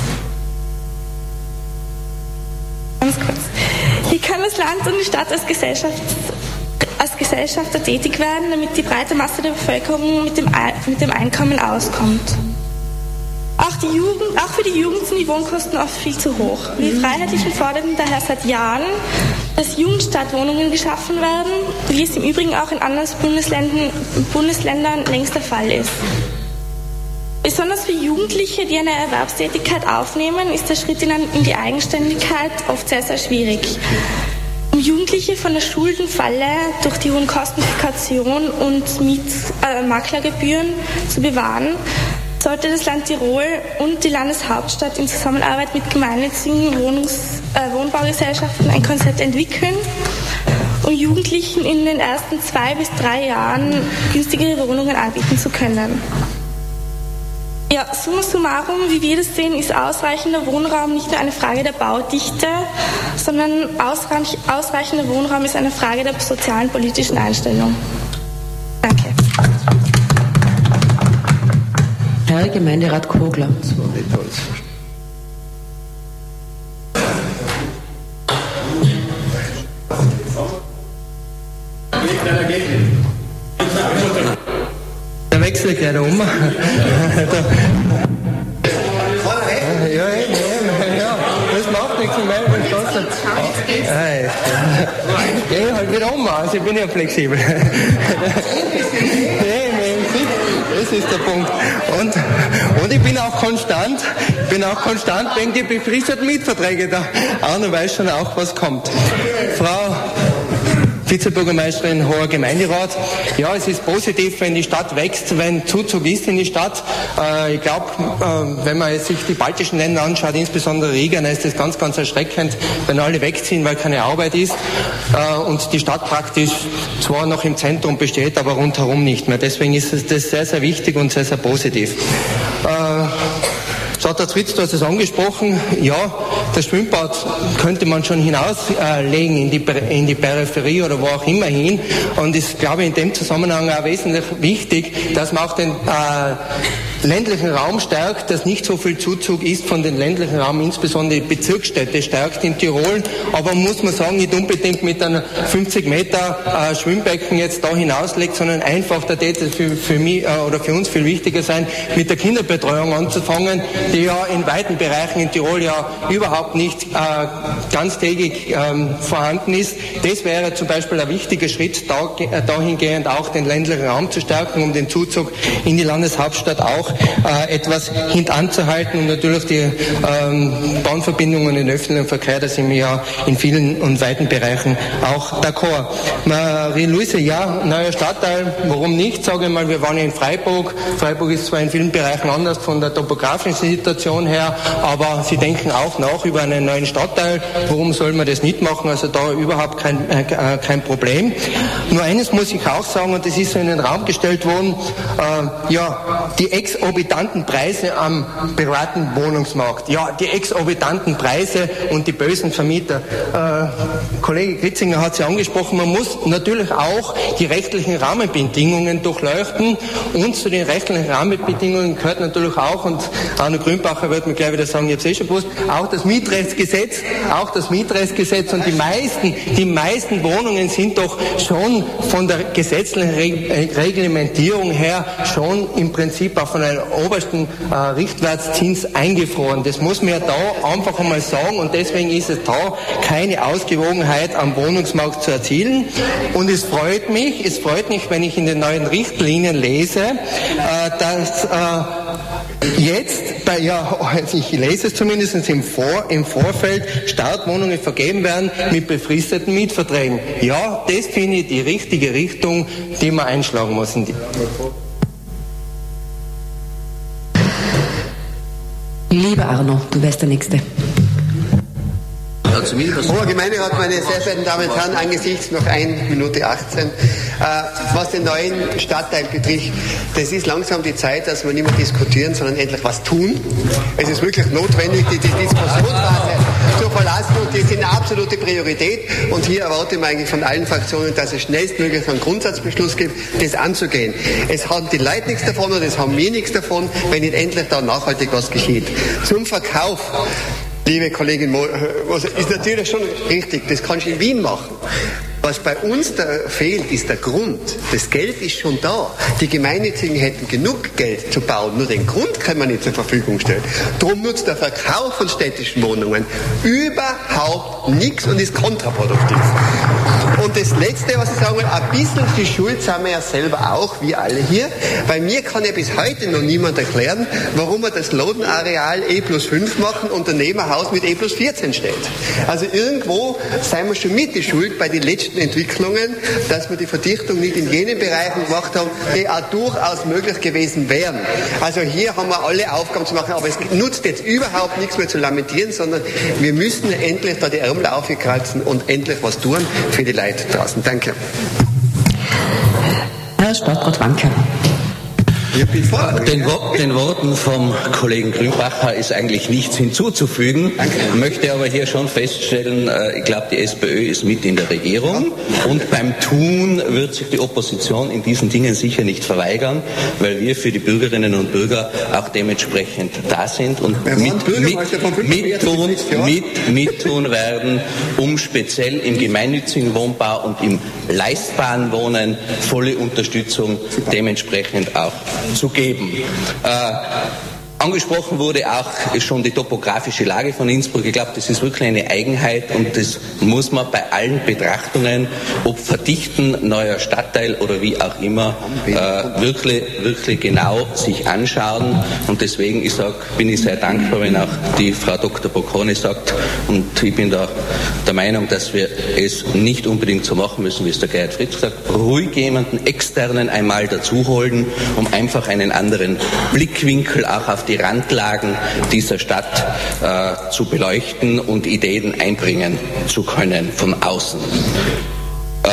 Ganz kurz. Hier kann das Land und die Stadt als, Gesellschaft, als Gesellschafter tätig werden, damit die breite Masse der Bevölkerung mit dem, mit dem Einkommen auskommt. Auch, die Jugend, auch für die Jugend sind die Wohnkosten oft viel zu hoch. Wir Freiheitlichen forderten daher seit Jahren, dass Jugendstadtwohnungen geschaffen werden, wie es im Übrigen auch in anderen Bundesländern, Bundesländern längst der Fall ist. Besonders für Jugendliche, die eine Erwerbstätigkeit aufnehmen, ist der Schritt in, ein, in die Eigenständigkeit oft sehr, sehr schwierig. Um Jugendliche von der Schuldenfalle durch die hohen Kostenfikation und Miet, äh, Maklergebühren zu bewahren, sollte das Land Tirol und die Landeshauptstadt in Zusammenarbeit mit gemeinnützigen Wohnungs-, äh, Wohnbaugesellschaften ein Konzept entwickeln, um Jugendlichen in den ersten zwei bis drei Jahren günstigere Wohnungen anbieten zu können. Ja, summa summarum, wie wir das sehen, ist ausreichender Wohnraum nicht nur eine Frage der Baudichte, sondern ausreich, ausreichender Wohnraum ist eine Frage der sozialen politischen Einstellung. Danke. Herr Gemeinderat Kogler. Da wechsle ich gleich um. Ja, ja, ja, das macht nichts in meinem Straße. Ich gehe halt wieder um, also ich bin ja flexibel. Das ist der Punkt. Und, und ich bin auch konstant, bin auch konstant wegen die befristeten Mietverträge. Der Arno weiß schon auch, was kommt. Frau Vizebürgermeisterin, hoher Gemeinderat. Ja, es ist positiv, wenn die Stadt wächst, wenn Zuzug ist in die Stadt. Äh, ich glaube, äh, wenn man sich die baltischen Länder anschaut, insbesondere Riga, dann ist das ganz, ganz erschreckend, wenn alle wegziehen, weil keine Arbeit ist äh, und die Stadt praktisch zwar noch im Zentrum besteht, aber rundherum nicht mehr. Deswegen ist es das sehr, sehr wichtig und sehr, sehr positiv. Äh, Stadt Fritz, du hast es angesprochen, ja, das Schwimmbad könnte man schon hinauslegen äh, in, die, in die Peripherie oder wo auch immer hin. Und ich glaube in dem Zusammenhang auch wesentlich wichtig, dass man auch den äh, ländlichen Raum stärkt, dass nicht so viel Zuzug ist von den ländlichen Raum, insbesondere die Bezirksstädte stärkt in Tirol. Aber muss man sagen, nicht unbedingt mit einem fünfzig Meter äh, Schwimmbecken jetzt da hinauslegt, sondern einfach, da wird es für, für mich äh, oder für uns viel wichtiger sein, mit der Kinderbetreuung anzufangen, die ja in weiten Bereichen in Tirol ja überhaupt nicht äh, ganztägig ähm, vorhanden ist. Das wäre zum Beispiel ein wichtiger Schritt, da, äh, dahingehend auch den ländlichen Raum zu stärken, um den Zuzug in die Landeshauptstadt auch äh, etwas hintanzuhalten und natürlich die ähm, Bahnverbindungen in den öffentlichen Verkehr, da sind wir ja in vielen und weiten Bereichen auch d'accord. Marie-Louise, ja, neuer Stadtteil, warum nicht? Sage ich mal, wir waren ja in Freiburg. Freiburg ist zwar in vielen Bereichen anders von der topografischen Situation her, aber sie denken auch nach über einen neuen Stadtteil. Warum soll man das nicht machen? Also da überhaupt kein, äh, kein Problem. Nur eines muss ich auch sagen, und das ist so in den Raum gestellt worden, äh, ja, die exorbitanten Preise am privaten Wohnungsmarkt. Ja, die exorbitanten Preise und die bösen Vermieter. Äh, Kollege Gritzinger hat sie angesprochen, man muss natürlich auch die rechtlichen Rahmenbedingungen durchleuchten und zu den rechtlichen Rahmenbedingungen gehört natürlich auch, und Arno Grün Grünbacher wird mir gleich wieder sagen, ich habe es eh schon gewusst, auch das Mietrechtsgesetz, auch das Mietrechtsgesetz und die meisten, die meisten Wohnungen sind doch schon von der gesetzlichen Re- Reglementierung her schon im Prinzip auch von einem obersten äh, Richtwertszins eingefroren. Das muss man ja da einfach einmal sagen und deswegen ist es da keine Ausgewogenheit am Wohnungsmarkt zu erzielen. Und es freut mich, es freut mich, wenn ich in den neuen Richtlinien lese, äh, dass äh, jetzt, bei, ja, ich lese es zumindest im, Vor, im Vorfeld, Startwohnungen vergeben werden mit befristeten Mietverträgen. Ja, das finde ich die richtige Richtung, die man einschlagen muss. Lieber Arno, du wärst der Nächste. Hoher Gemeinderat, meine sehr verehrten Damen und Herren, angesichts noch eine Minute achtzehn, äh, was den neuen Stadtteil betrifft, das ist langsam die Zeit, dass wir nicht mehr diskutieren, sondern endlich was tun. Es ist wirklich notwendig, die, die Diskussionsphase zu verlassen und die sind eine absolute Priorität und hier erwarte ich eigentlich von allen Fraktionen, dass es schnellstmöglich einen Grundsatzbeschluss gibt, das anzugehen. Es haben die Leute nichts davon und es haben wir nichts davon, wenn nicht endlich da nachhaltig was geschieht. Zum Verkauf. Liebe Kollegin Mo, ist natürlich schon richtig, das kannst du in Wien machen. Was bei uns da fehlt, ist der Grund. Das Geld ist schon da. Die Gemeinnützigen hätten genug Geld zu bauen, nur den Grund kann man nicht zur Verfügung stellen. Darum nutzt der Verkauf von städtischen Wohnungen überhaupt nichts und ist kontraproduktiv. Und das Letzte, was ich sagen will, ein bisschen die Schuld sind wir ja selber auch, wir alle hier. Bei mir kann ja bis heute noch niemand erklären, warum wir das Lodenareal E plus fünf machen und daneben ein Haus mit E plus vierzehn steht. Also irgendwo sind wir schon mit die Schuld bei den letzten Entwicklungen, dass wir die Verdichtung nicht in jenen Bereichen gemacht haben, die auch durchaus möglich gewesen wären. Also hier haben wir alle Aufgaben zu machen, aber es nutzt jetzt überhaupt nichts mehr zu lamentieren, sondern wir müssen endlich da die Ärmel aufkratzen und endlich was tun für die Leute draußen. Danke. Herr Stadtrat Wanka. Den, den Worten vom Kollegen Grünbacher ist eigentlich nichts hinzuzufügen. Ich möchte aber hier schon feststellen, äh, ich glaube, die SPÖ ist mit in der Regierung und beim Tun wird sich die Opposition in diesen Dingen sicher nicht verweigern, weil wir für die Bürgerinnen und Bürger auch dementsprechend da sind und mit, mit, mittun, mit, mittun werden, um speziell im gemeinnützigen Wohnbau und im leistbaren Wohnen volle Unterstützung dementsprechend auch zu geben. Äh, Angesprochen wurde auch schon die topografische Lage von Innsbruck. Ich glaube, das ist wirklich eine Eigenheit und das muss man bei allen Betrachtungen, ob verdichten, neuer Stadtteil oder wie auch immer, äh, wirklich, wirklich genau sich anschauen. Und deswegen ich sag, bin ich sehr dankbar, wenn auch die Frau Doktor Bocconi sagt, und ich bin da der Meinung, dass wir es nicht unbedingt so machen müssen, wie es der Gerhard Fritz sagt, ruhig jemanden externen einmal dazu holen, um einfach einen anderen Blickwinkel auch auf die die Randlagen dieser Stadt äh, zu beleuchten und Ideen einbringen zu können von außen. Äh,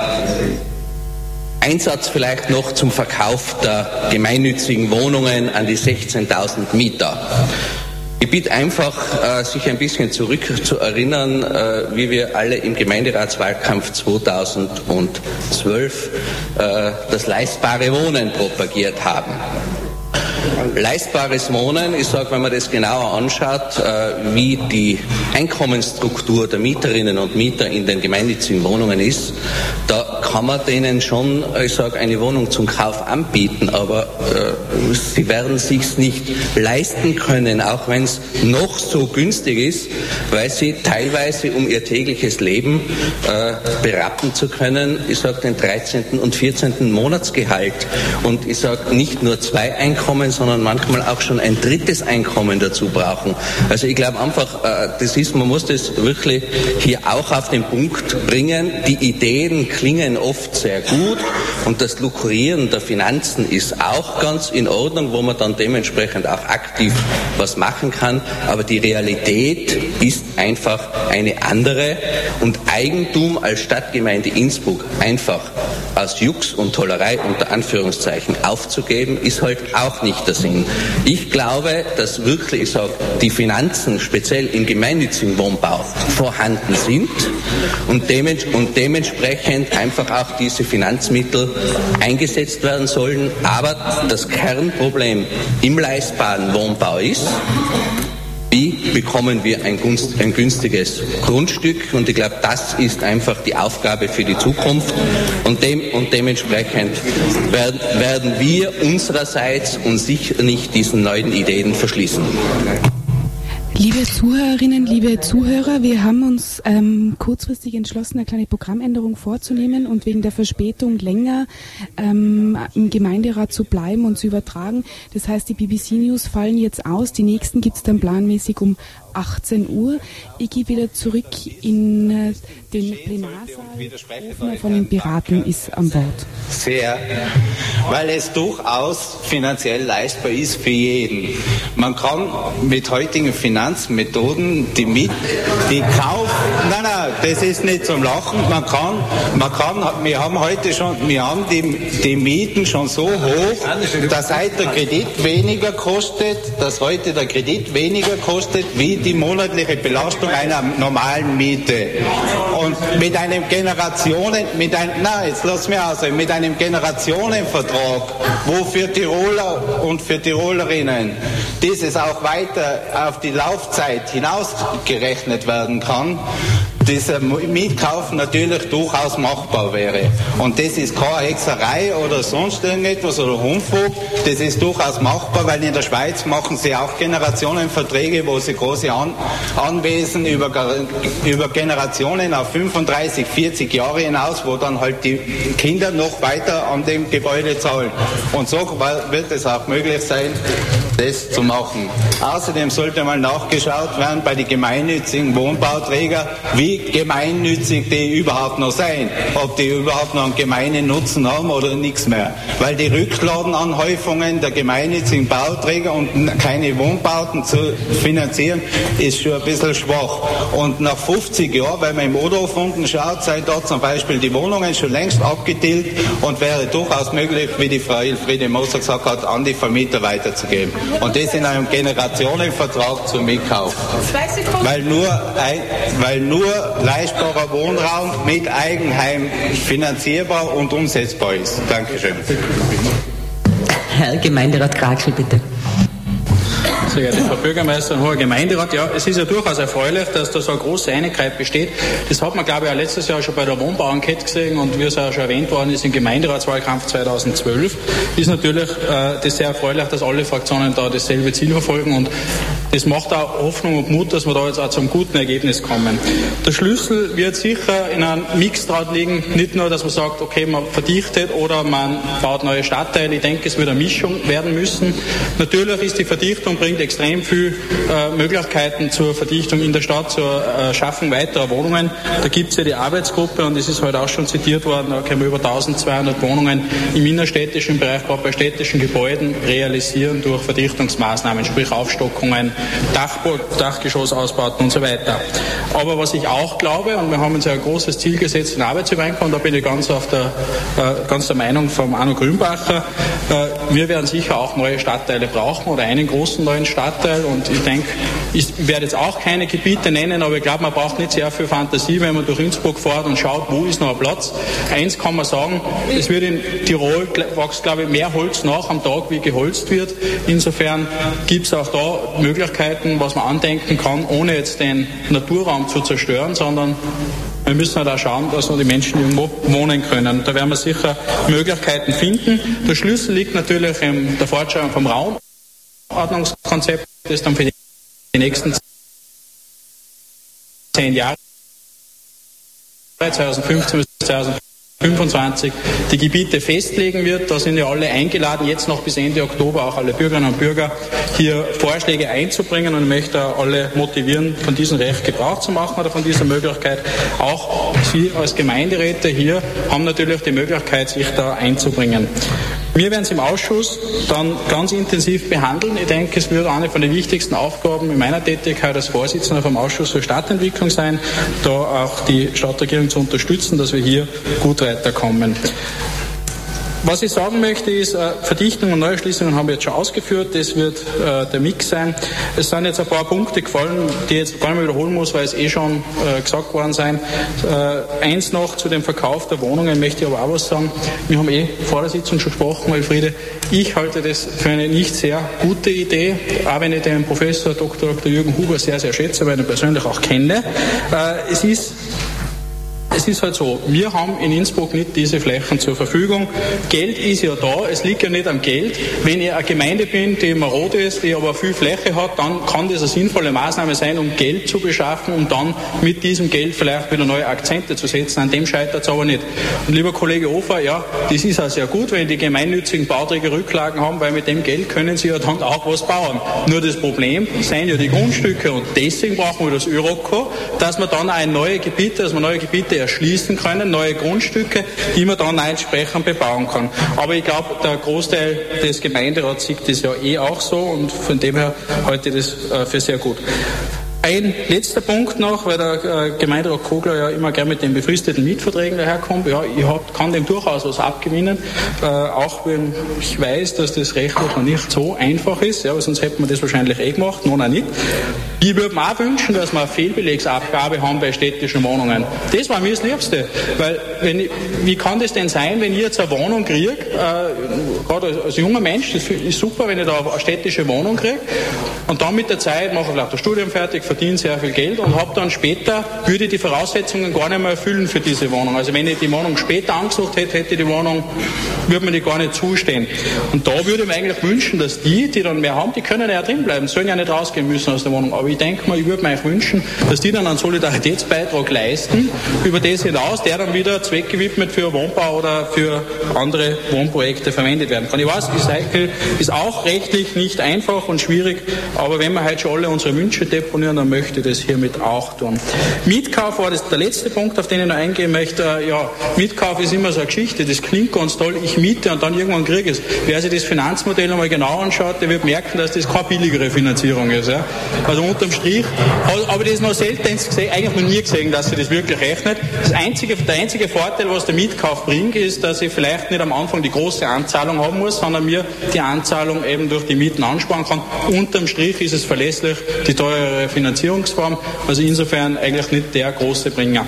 ein Satz vielleicht noch zum Verkauf der gemeinnützigen Wohnungen an die sechzehntausend Mieter. Ich bitte einfach, äh, sich ein bisschen zurück zu erinnern, äh, wie wir alle im Gemeinderatswahlkampf zweitausendzwölf äh, das leistbare Wohnen propagiert haben. Leistbares Wohnen, ich sage, wenn man das genauer anschaut, äh, wie die Einkommensstruktur der Mieterinnen und Mieter in den gemeinnützigen Wohnungen ist, da kann man denen schon, ich sage, eine Wohnung zum Kauf anbieten, aber äh, sie werden sich's nicht leisten können, auch wenn es noch so günstig ist, weil sie teilweise, um ihr tägliches Leben äh, berappen zu können, ich sage, den dreizehnten und vierzehnten Monatsgehalt und ich sage, nicht nur zwei Einkommen, sondern manchmal auch schon ein drittes Einkommen dazu brauchen. Also ich glaube einfach, äh, das ist, man muss das wirklich hier auch auf den Punkt bringen. Die Ideen klingen oft sehr gut und das Lukrieren der Finanzen ist auch ganz in Ordnung, wo man dann dementsprechend auch aktiv was machen kann. Aber die Realität ist einfach eine andere und Eigentum als Stadtgemeinde Innsbruck einfach aus Jux und Tollerei unter Anführungszeichen aufzugeben, ist halt auch nicht der Sinn. Ich glaube, dass wirklich, ich sage, die Finanzen speziell im gemeinnützigen Wohnbau vorhanden sind und, dements- und dementsprechend einfach auch diese Finanzmittel eingesetzt werden sollen. Aber das Kernproblem im leistbaren Wohnbau ist, wie bekommen wir ein, gunst, ein günstiges Grundstück? Und ich glaube, das ist einfach die Aufgabe für die Zukunft. Und, dem, und dementsprechend werden, werden wir unsererseits uns sicher nicht diesen neuen Ideen verschließen. Liebe Zuhörerinnen, liebe Zuhörer, wir haben uns ähm, kurzfristig entschlossen, eine kleine Programmänderung vorzunehmen und wegen der Verspätung länger ähm, im Gemeinderat zu bleiben und zu übertragen. Das heißt, die B B C News fallen jetzt aus. Die nächsten gibt es dann planmäßig um achtzehn Uhr. Ich gehe wieder zurück in äh, den Plenarsaal. Hofner von den Piraten ist am Wort. Sehr, weil es durchaus finanziell leistbar ist für jeden. Man kann mit heutigen Finanzmethoden die Miet, die Kauf, nein, nein, das ist nicht zum Lachen. Man kann, man kann, wir haben heute schon, wir haben die, die Mieten schon so hoch, dass heute der Kredit weniger kostet, dass heute der Kredit weniger kostet, wie die monatliche Belastung einer normalen Miete. Und mit einem Generationen, mit einem, na, jetzt lass mich aus, mit einem Generationenvertrag, wo für Tiroler und für Tirolerinnen dieses auch weiter auf die Laufzeit hinausgerechnet werden kann, dieser Mietkauf natürlich durchaus machbar wäre. Und das ist keine Hexerei oder sonst irgendetwas oder Humbug, das ist durchaus machbar, weil in der Schweiz machen sie auch Generationenverträge, wo sie große An Anwesen über, über Generationen auf fünfunddreißig, vierzig Jahre hinaus, wo dann halt die Kinder noch weiter an dem Gebäude zahlen. Und so wird es auch möglich sein, das zu machen. Außerdem sollte mal nachgeschaut werden bei den gemeinnützigen Wohnbauträgern, wie gemeinnützig die überhaupt noch sein, ob die überhaupt noch einen gemeinen Nutzen haben oder nichts mehr. Weil die Rücklagenanhäufungen der gemeinnützigen Bauträger und keine Wohnbauten zu finanzieren, ist schon ein bisschen schwach. Und nach fünfzig Jahren, wenn man im Odorf unten schaut, seien dort zum Beispiel die Wohnungen schon längst abgetilgt und wäre durchaus möglich, wie die Frau Elfriede Moser gesagt hat, an die Vermieter weiterzugeben. Und das in einem Generationenvertrag zum Mitkauf. Weil nur, ein, weil nur leistbarer Wohnraum mit Eigenheim finanzierbar und umsetzbar ist. Dankeschön. Herr Gemeinderat Krakel, bitte. Sehr geehrte Frau Bürgermeisterin, hoher Gemeinderat, ja, es ist ja durchaus erfreulich, dass da so eine große Einigkeit besteht. Das hat man, glaube ich, auch letztes Jahr schon bei der Wohnbauenquete gesehen und wie es auch schon erwähnt worden ist im Gemeinderatswahlkampf zweitausendzwölf, ist natürlich äh, das sehr erfreulich, dass alle Fraktionen da dasselbe Ziel verfolgen und das macht auch Hoffnung und Mut, dass wir da jetzt auch zum guten Ergebnis kommen. Der Schlüssel wird sicher in einem Mix draus liegen, nicht nur, dass man sagt, okay, man verdichtet oder man baut neue Stadtteile. Ich denke, es wird eine Mischung werden müssen. Natürlich ist die Verdichtung, bringt extrem viel äh, Möglichkeiten zur Verdichtung in der Stadt, zur äh, Schaffung weiterer Wohnungen. Da gibt es ja die Arbeitsgruppe und es ist heute auch schon zitiert worden, da können wir über eintausendzweihundert Wohnungen im innerstädtischen Bereich, gerade bei städtischen Gebäuden, realisieren durch Verdichtungsmaßnahmen, sprich Aufstockungen, Dachbo- Dachgeschossausbauten und so weiter. Aber was ich auch glaube, und wir haben uns ja ein großes Ziel gesetzt in Arbeitsübereinkommen, da bin ich ganz, auf der, äh, ganz der Meinung vom Arno Grünbacher, äh, wir werden sicher auch neue Stadtteile brauchen oder einen großen neuen Stadtteil und ich denke, ich werde jetzt auch keine Gebiete nennen, aber ich glaube, man braucht nicht sehr viel Fantasie, wenn man durch Innsbruck fährt und schaut, wo ist noch ein Platz. Eins kann man sagen, es wird in Tirol, wächst glaube ich mehr Holz nach am Tag, wie geholzt wird. Insofern gibt es auch da Möglichkeiten, was man andenken kann, ohne jetzt den Naturraum zu zerstören, sondern wir müssen halt auch schauen, dass noch die Menschen irgendwo wohnen können. Da werden wir sicher Möglichkeiten finden. Der Schlüssel liegt natürlich in der Fortschreibung vom Raumordnungskonzept, das dann für die nächsten zehn Jahre, zweitausendfünfzehn bis zweitausendfünfundzwanzig, die Gebiete festlegen wird. Da sind ja alle eingeladen, jetzt noch bis Ende Oktober auch alle Bürgerinnen und Bürger hier Vorschläge einzubringen und ich möchte alle motivieren, von diesem Recht Gebrauch zu machen oder von dieser Möglichkeit. Auch Sie als Gemeinderäte hier haben natürlich die Möglichkeit, sich da einzubringen. Wir werden es im Ausschuss dann ganz intensiv behandeln. Ich denke, es wird eine von den wichtigsten Aufgaben in meiner Tätigkeit als Vorsitzender vom Ausschuss für Stadtentwicklung sein, da auch die Stadtregierung zu unterstützen, dass wir hier gut weiterkommen. Was ich sagen möchte ist, äh, Verdichtung und Neuerschließungen haben wir jetzt schon ausgeführt, das wird äh, der Mix sein. Es sind jetzt ein paar Punkte gefallen, die ich jetzt gar nicht mehr wiederholen muss, weil es eh schon äh, gesagt worden sind. Äh, eins noch zu dem Verkauf der Wohnungen möchte ich aber auch was sagen. Wir haben eh vor der Sitzung schon gesprochen, Elfriede. Ich halte das für eine nicht sehr gute Idee, auch wenn ich den Professor Doktor Doktor Jürgen Huber sehr, sehr schätze, weil ich ihn persönlich auch kenne. Äh, es ist Es ist halt so, wir haben in Innsbruck nicht diese Flächen zur Verfügung. Geld ist ja da, es liegt ja nicht am Geld. Wenn ich eine Gemeinde bin, die marode ist, die aber viel Fläche hat, dann kann das eine sinnvolle Maßnahme sein, um Geld zu beschaffen, um dann mit diesem Geld vielleicht wieder neue Akzente zu setzen. An dem scheitert es aber nicht. Und lieber Kollege Hofer, ja, das ist auch sehr gut, wenn die gemeinnützigen Bauträger Rücklagen haben, weil mit dem Geld können sie ja dann auch was bauen. Nur das Problem sind ja die Grundstücke und deswegen brauchen wir das ÖROCO, dass man dann auch neue Gebiete, dass man neue Gebiete erschließen können, neue Grundstücke, die man dann entsprechend bebauen kann. Aber ich glaube, der Großteil des Gemeinderats sieht das ja eh auch so und von dem her halte ich das äh, für sehr gut. Ein letzter Punkt noch, weil der äh, Gemeinderat Kogler ja immer gern mit den befristeten Mietverträgen daherkommt. Ja, ich hab, kann dem durchaus was abgewinnen, äh, auch wenn ich weiß, dass das rechtlich noch nicht so einfach ist, ja, weil sonst hätten wir das wahrscheinlich eh gemacht, noch nicht. Ich würde mir auch wünschen, dass wir eine Fehlbelegsabgabe haben bei städtischen Wohnungen. Das war mir das Liebste, weil wenn ich, wie kann das denn sein, wenn ich jetzt eine Wohnung kriege, äh, gerade als junger Mensch, das ist super, wenn ich da eine städtische Wohnung kriege und dann mit der Zeit mache ich vielleicht das Studium fertig, verdiene sehr viel Geld und habe dann später, würde ich die Voraussetzungen gar nicht mehr erfüllen für diese Wohnung. Also wenn ich die Wohnung später angesucht hätte, hätte die Wohnung, würde mir die gar nicht zustehen. Und da würde ich mir eigentlich wünschen, dass die, die dann mehr haben, die können ja drin bleiben, sollen ja nicht rausgehen müssen aus der Wohnung. Aber ich denke mal, ich würde mir eigentlich wünschen, dass die dann einen Solidaritätsbeitrag leisten, über das hinaus, der dann wieder zweckgewidmet für Wohnbau oder für andere Wohnprojekte verwendet werden kann. Ich weiß, Recycle ist auch rechtlich nicht einfach und schwierig, aber wenn wir heute schon alle unsere Wünsche deponieren, dann möchte ich das hiermit auch tun. Mietkauf war das der letzte Punkt, auf den ich noch eingehen möchte. Ja, Mietkauf ist immer so eine Geschichte, das klingt ganz toll, ich miete und dann irgendwann kriege ich es. Wer sich das Finanzmodell einmal genau anschaut, der wird merken, dass das keine billigere Finanzierung ist. Ja. Also unterm Strich, aber das ist noch seltenst gesehen, eigentlich noch nie gesehen, dass sich das wirklich rechnet. Das einzige, der einzige Vorteil, was der Mietkauf bringt, ist, dass ich vielleicht nicht am Anfang die große Anzahlung haben muss, sondern mir die Anzahlung eben durch die Mieten ansparen kann. Unterm Strich ist es verlässlich, die teurere Finanzierungsform, also insofern eigentlich nicht der große Bringer.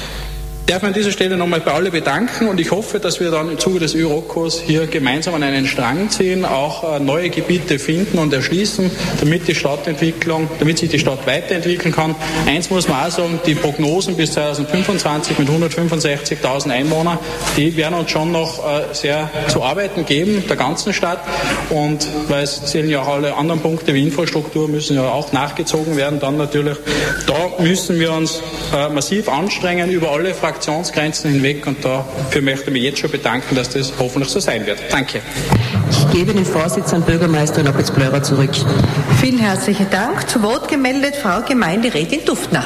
Ich darf mich an dieser Stelle nochmal bei allen bedanken und ich hoffe, dass wir dann im Zuge des ÖROCOs hier gemeinsam an einen Strang ziehen, auch äh, neue Gebiete finden und erschließen, damit die Stadtentwicklung, damit sich die Stadt weiterentwickeln kann. Eins muss man auch sagen, die Prognosen bis zweitausendfünfundzwanzig mit hundertfünfundsechzigtausend Einwohnern, die werden uns schon noch äh, sehr zu arbeiten geben, der ganzen Stadt. Und weil es zählen ja auch alle anderen Punkte wie Infrastruktur, müssen ja auch nachgezogen werden, dann natürlich. Da müssen wir uns äh, massiv anstrengen über alle Fraktionen Fraktionsgrenzen hinweg und dafür möchte ich mich jetzt schon bedanken, dass das hoffentlich so sein wird. Danke. Ich gebe den Vorsitz an Bürgermeister Lopez-Bleurer zurück. Vielen herzlichen Dank. Zu Wort gemeldet Frau Gemeinderätin Duftner.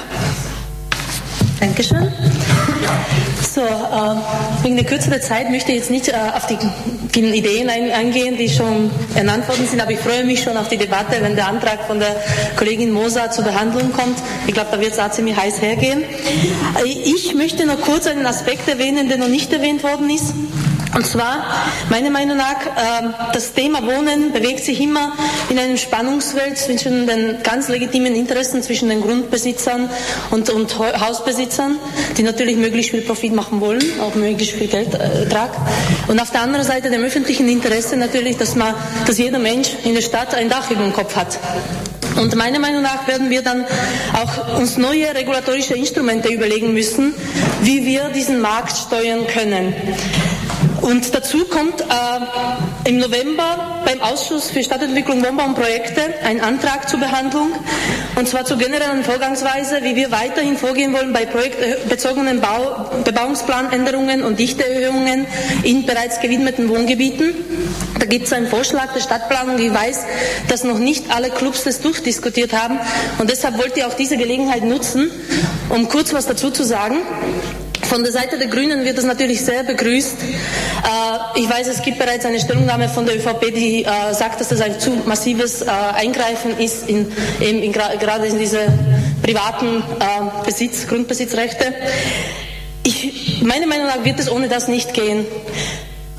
Dankeschön. So, äh, wegen der Kürze der Zeit möchte ich jetzt nicht äh, auf die vielen Ideen ein, eingehen, die schon ernannt worden sind, aber ich freue mich schon auf die Debatte, wenn der Antrag von der Kollegin Moser zur Behandlung kommt. Ich glaube, da wird es auch ziemlich heiß hergehen. Ich möchte noch kurz einen Aspekt erwähnen, der noch nicht erwähnt worden ist. Und zwar, meiner Meinung nach, das Thema Wohnen bewegt sich immer in einem Spannungsfeld zwischen den ganz legitimen Interessen zwischen den Grundbesitzern und, und Hausbesitzern, die natürlich möglichst viel Profit machen wollen, auch möglichst viel Geldertrag. Und auf der anderen Seite dem öffentlichen Interesse natürlich, dass man, dass jeder Mensch in der Stadt ein Dach über dem Kopf hat. Und meiner Meinung nach werden wir dann auch uns neue regulatorische Instrumente überlegen müssen, wie wir diesen Markt steuern können. Und dazu kommt äh, im November beim Ausschuss für Stadtentwicklung, Wohnbau und Projekte ein Antrag zur Behandlung, und zwar zur generellen Vorgangsweise, wie wir weiterhin vorgehen wollen bei projektbezogenen Bau, Bebauungsplanänderungen und Dichteerhöhungen in bereits gewidmeten Wohngebieten. Da gibt es einen Vorschlag der Stadtplanung. Ich weiß, dass noch nicht alle Clubs das durchdiskutiert haben, und deshalb wollte ich auch diese Gelegenheit nutzen, um kurz was dazu zu sagen. Von der Seite der Grünen wird das natürlich sehr begrüßt. Äh, ich weiß, es gibt bereits eine Stellungnahme von der ÖVP, die äh, sagt, dass das ein zu massives äh, Eingreifen ist, in, in, in, gerade in diese privaten äh, Besitz, Grundbesitzrechte. Ich, meiner Meinung nach wird es ohne das nicht gehen.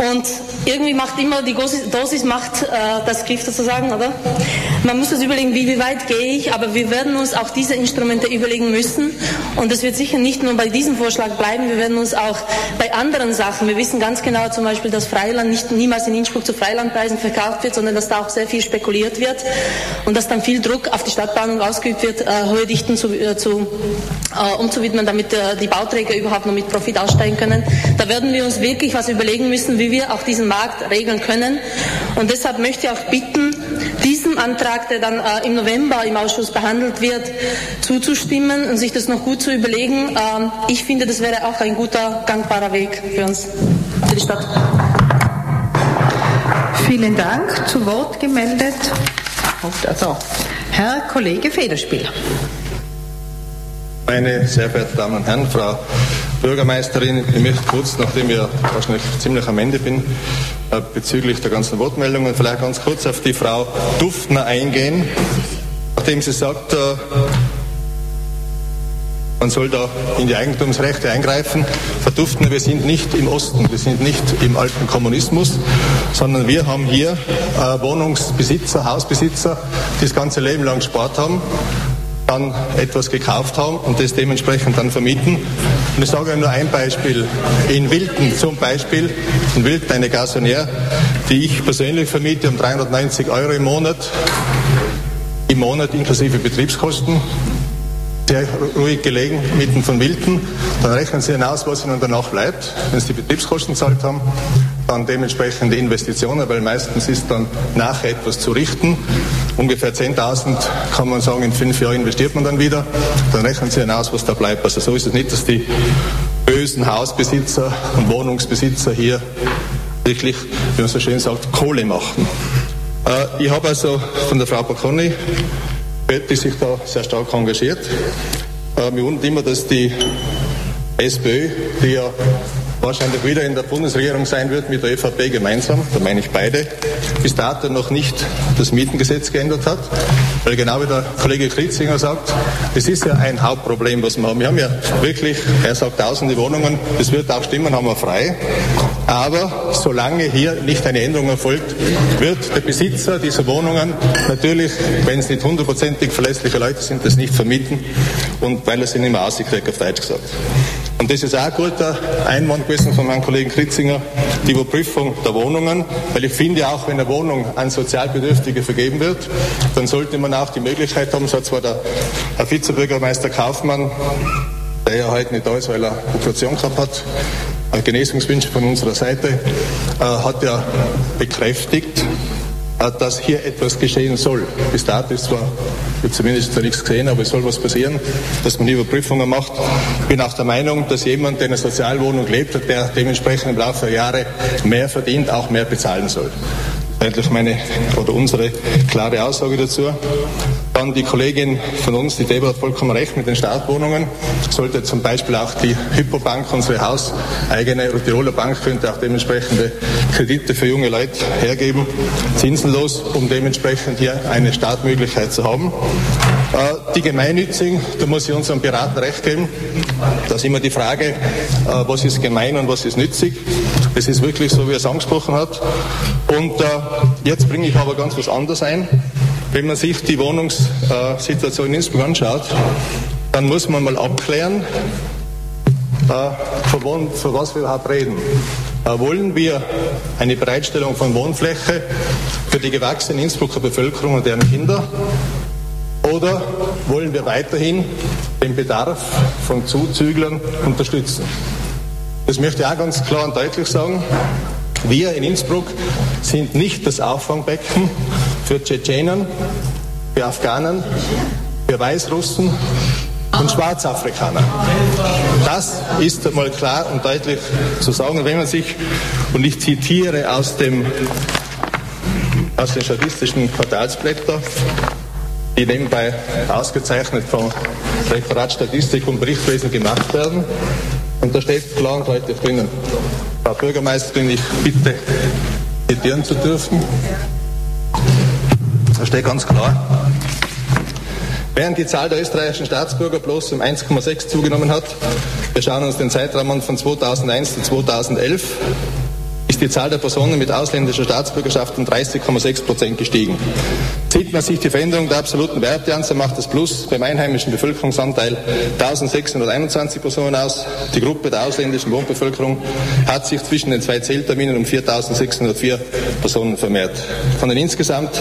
Und irgendwie macht immer die Dosis macht äh, das Gift sozusagen, oder? Man muss sich überlegen, wie, wie weit gehe ich, aber wir werden uns auch diese Instrumente überlegen müssen. Und es wird sicher nicht nur bei diesem Vorschlag bleiben, wir werden uns auch bei anderen Sachen, wir wissen ganz genau zum Beispiel, dass Freiland nicht niemals in Innsbruck zu Freilandpreisen verkauft wird, sondern dass da auch sehr viel spekuliert wird und dass dann viel Druck auf die Stadtplanung ausgeübt wird, äh, hohe Dichten zu, äh, zu, äh, umzuwidmen, damit äh, die Bauträger überhaupt noch mit Profit aussteigen können. Da werden wir uns wirklich was überlegen müssen, wie wir auch diesen Markt regeln können. Und deshalb möchte ich auch bitten, diesem Antrag, der dann äh, im November im Ausschuss behandelt wird, zuzustimmen und sich das noch gut zu überlegen. Ähm, ich finde, das wäre auch ein guter, gangbarer Weg für uns, für die Stadt. Vielen Dank. Zu Wort gemeldet. Also, Herr Kollege Federspiel. Meine sehr verehrten Damen und Herren, Frau Bürgermeisterin, ich möchte kurz, nachdem ich wahrscheinlich ziemlich am Ende bin, bezüglich der ganzen Wortmeldungen, vielleicht ganz kurz auf die Frau Duftner eingehen, nachdem sie sagt, man soll da in die Eigentumsrechte eingreifen. Frau Duftner, wir sind nicht im Osten, wir sind nicht im alten Kommunismus, sondern wir haben hier äh, Wohnungsbesitzer, Hausbesitzer, die das ganze Leben lang gespart haben, dann etwas gekauft haben und das dementsprechend dann vermieten. Und ich sage nur ein Beispiel. In Wilten zum Beispiel, in Wilten eine Garçonnière, die ich persönlich vermiete um dreihundertneunzig Euro im Monat, im Monat inklusive Betriebskosten, sehr ruhig gelegen, mitten von Wilten. Dann rechnen Sie hinaus, was Ihnen danach bleibt, wenn Sie die Betriebskosten gezahlt haben. Dann dementsprechende Investitionen, weil meistens ist dann nachher etwas zu richten. Ungefähr zehntausend kann man sagen, in fünf Jahren investiert man dann wieder. Dann rechnen Sie hinaus, was da bleibt. Also so ist es nicht, dass die bösen Hausbesitzer und Wohnungsbesitzer hier wirklich, wie man so schön sagt, Kohle machen. Äh, ich habe also von der Frau Bocconi, die sich da sehr stark engagiert. Äh, mir wundert immer, dass die SPÖ, die ja wahrscheinlich wieder in der Bundesregierung sein wird mit der ÖVP gemeinsam, da meine ich beide, bis dato noch nicht das Mietengesetz geändert hat. Weil genau wie der Kollege Kritzinger sagt, es ist ja ein Hauptproblem, was wir haben. Wir haben ja wirklich, er sagt tausende Wohnungen, das wird auch stimmen, haben wir frei. Aber solange hier nicht eine Änderung erfolgt, wird der Besitzer dieser Wohnungen natürlich, wenn es nicht hundertprozentig verlässliche Leute sind, das nicht vermieten und weil er sie nicht mehr auskriegt, auf Deutsch gesagt. Und das ist auch ein guter Einwand gewesen von meinem Kollegen Kritzinger, die Überprüfung der Wohnungen, weil ich finde auch, wenn eine Wohnung an Sozialbedürftige vergeben wird, dann sollte man auch die Möglichkeit haben, so hat zwar der Herr Vizebürgermeister Kaufmann, der ja heute nicht da ist, weil er Operation gehabt hat, Genesungswünsche von unserer Seite, äh, hat ja bekräftigt, äh, dass hier etwas geschehen soll. Bis dato ist zwar, ich habe zumindest nichts gesehen, aber es soll was passieren, dass man Überprüfungen macht. Ich bin auch der Meinung, dass jemand, der in einer Sozialwohnung lebt, der dementsprechend im Laufe der Jahre mehr verdient, auch mehr bezahlen soll. Das ist eigentlich meine oder unsere klare Aussage dazu. Dann die Kollegin von uns, die Deborah, hat vollkommen recht mit den Startwohnungen. Sollte zum Beispiel auch die Hypobank, unsere hauseigene oder Tiroler Bank, könnte auch dementsprechende Kredite für junge Leute hergeben, zinsenlos, um dementsprechend hier eine Startmöglichkeit zu haben. Die Gemeinnützigen, da muss ich unserem Piraten recht geben, da ist immer die Frage, was ist gemein und was ist nützig. Das ist wirklich so, wie er es angesprochen hat. Und äh, jetzt bringe ich aber ganz was anderes ein. Wenn man sich die Wohnungssituation in Innsbruck anschaut, dann muss man mal abklären, äh, von, von was wir überhaupt reden. Äh, wollen wir eine Bereitstellung von Wohnfläche für die gewachsene Innsbrucker Bevölkerung und deren Kinder? Oder wollen wir weiterhin den Bedarf von Zuzüglern unterstützen? Das möchte ich auch ganz klar und deutlich sagen. Wir in Innsbruck sind nicht das Auffangbecken für Tschetschenen, für Afghanen, für Weißrussen und Schwarzafrikaner. Das ist mal klar und deutlich zu sagen. Und wenn man sich, und ich zitiere aus, dem, aus den statistischen Quartalsblättern, die nebenbei ausgezeichnet vom Referat Statistik und Berichtswesen gemacht werden, und da steht klar und deutlich drinnen. Frau Bürgermeisterin, ich bitte, zitieren zu dürfen. Da steht ganz klar, während die Zahl der österreichischen Staatsbürger bloß um eins Komma sechs zugenommen hat, wir schauen uns den Zeitraum an von zweitausendeins zu zweitausendelf, ist die Zahl der Personen mit ausländischer Staatsbürgerschaft um dreißig Komma sechs Prozent gestiegen. Sieht man sich die Veränderung der absoluten Werte an, so macht das Plus beim einheimischen Bevölkerungsanteil eintausendsechshunderteinundzwanzig Personen aus. Die Gruppe der ausländischen Wohnbevölkerung hat sich zwischen den zwei Zählterminen um viertausendsechshundertvier Personen vermehrt. Von den insgesamt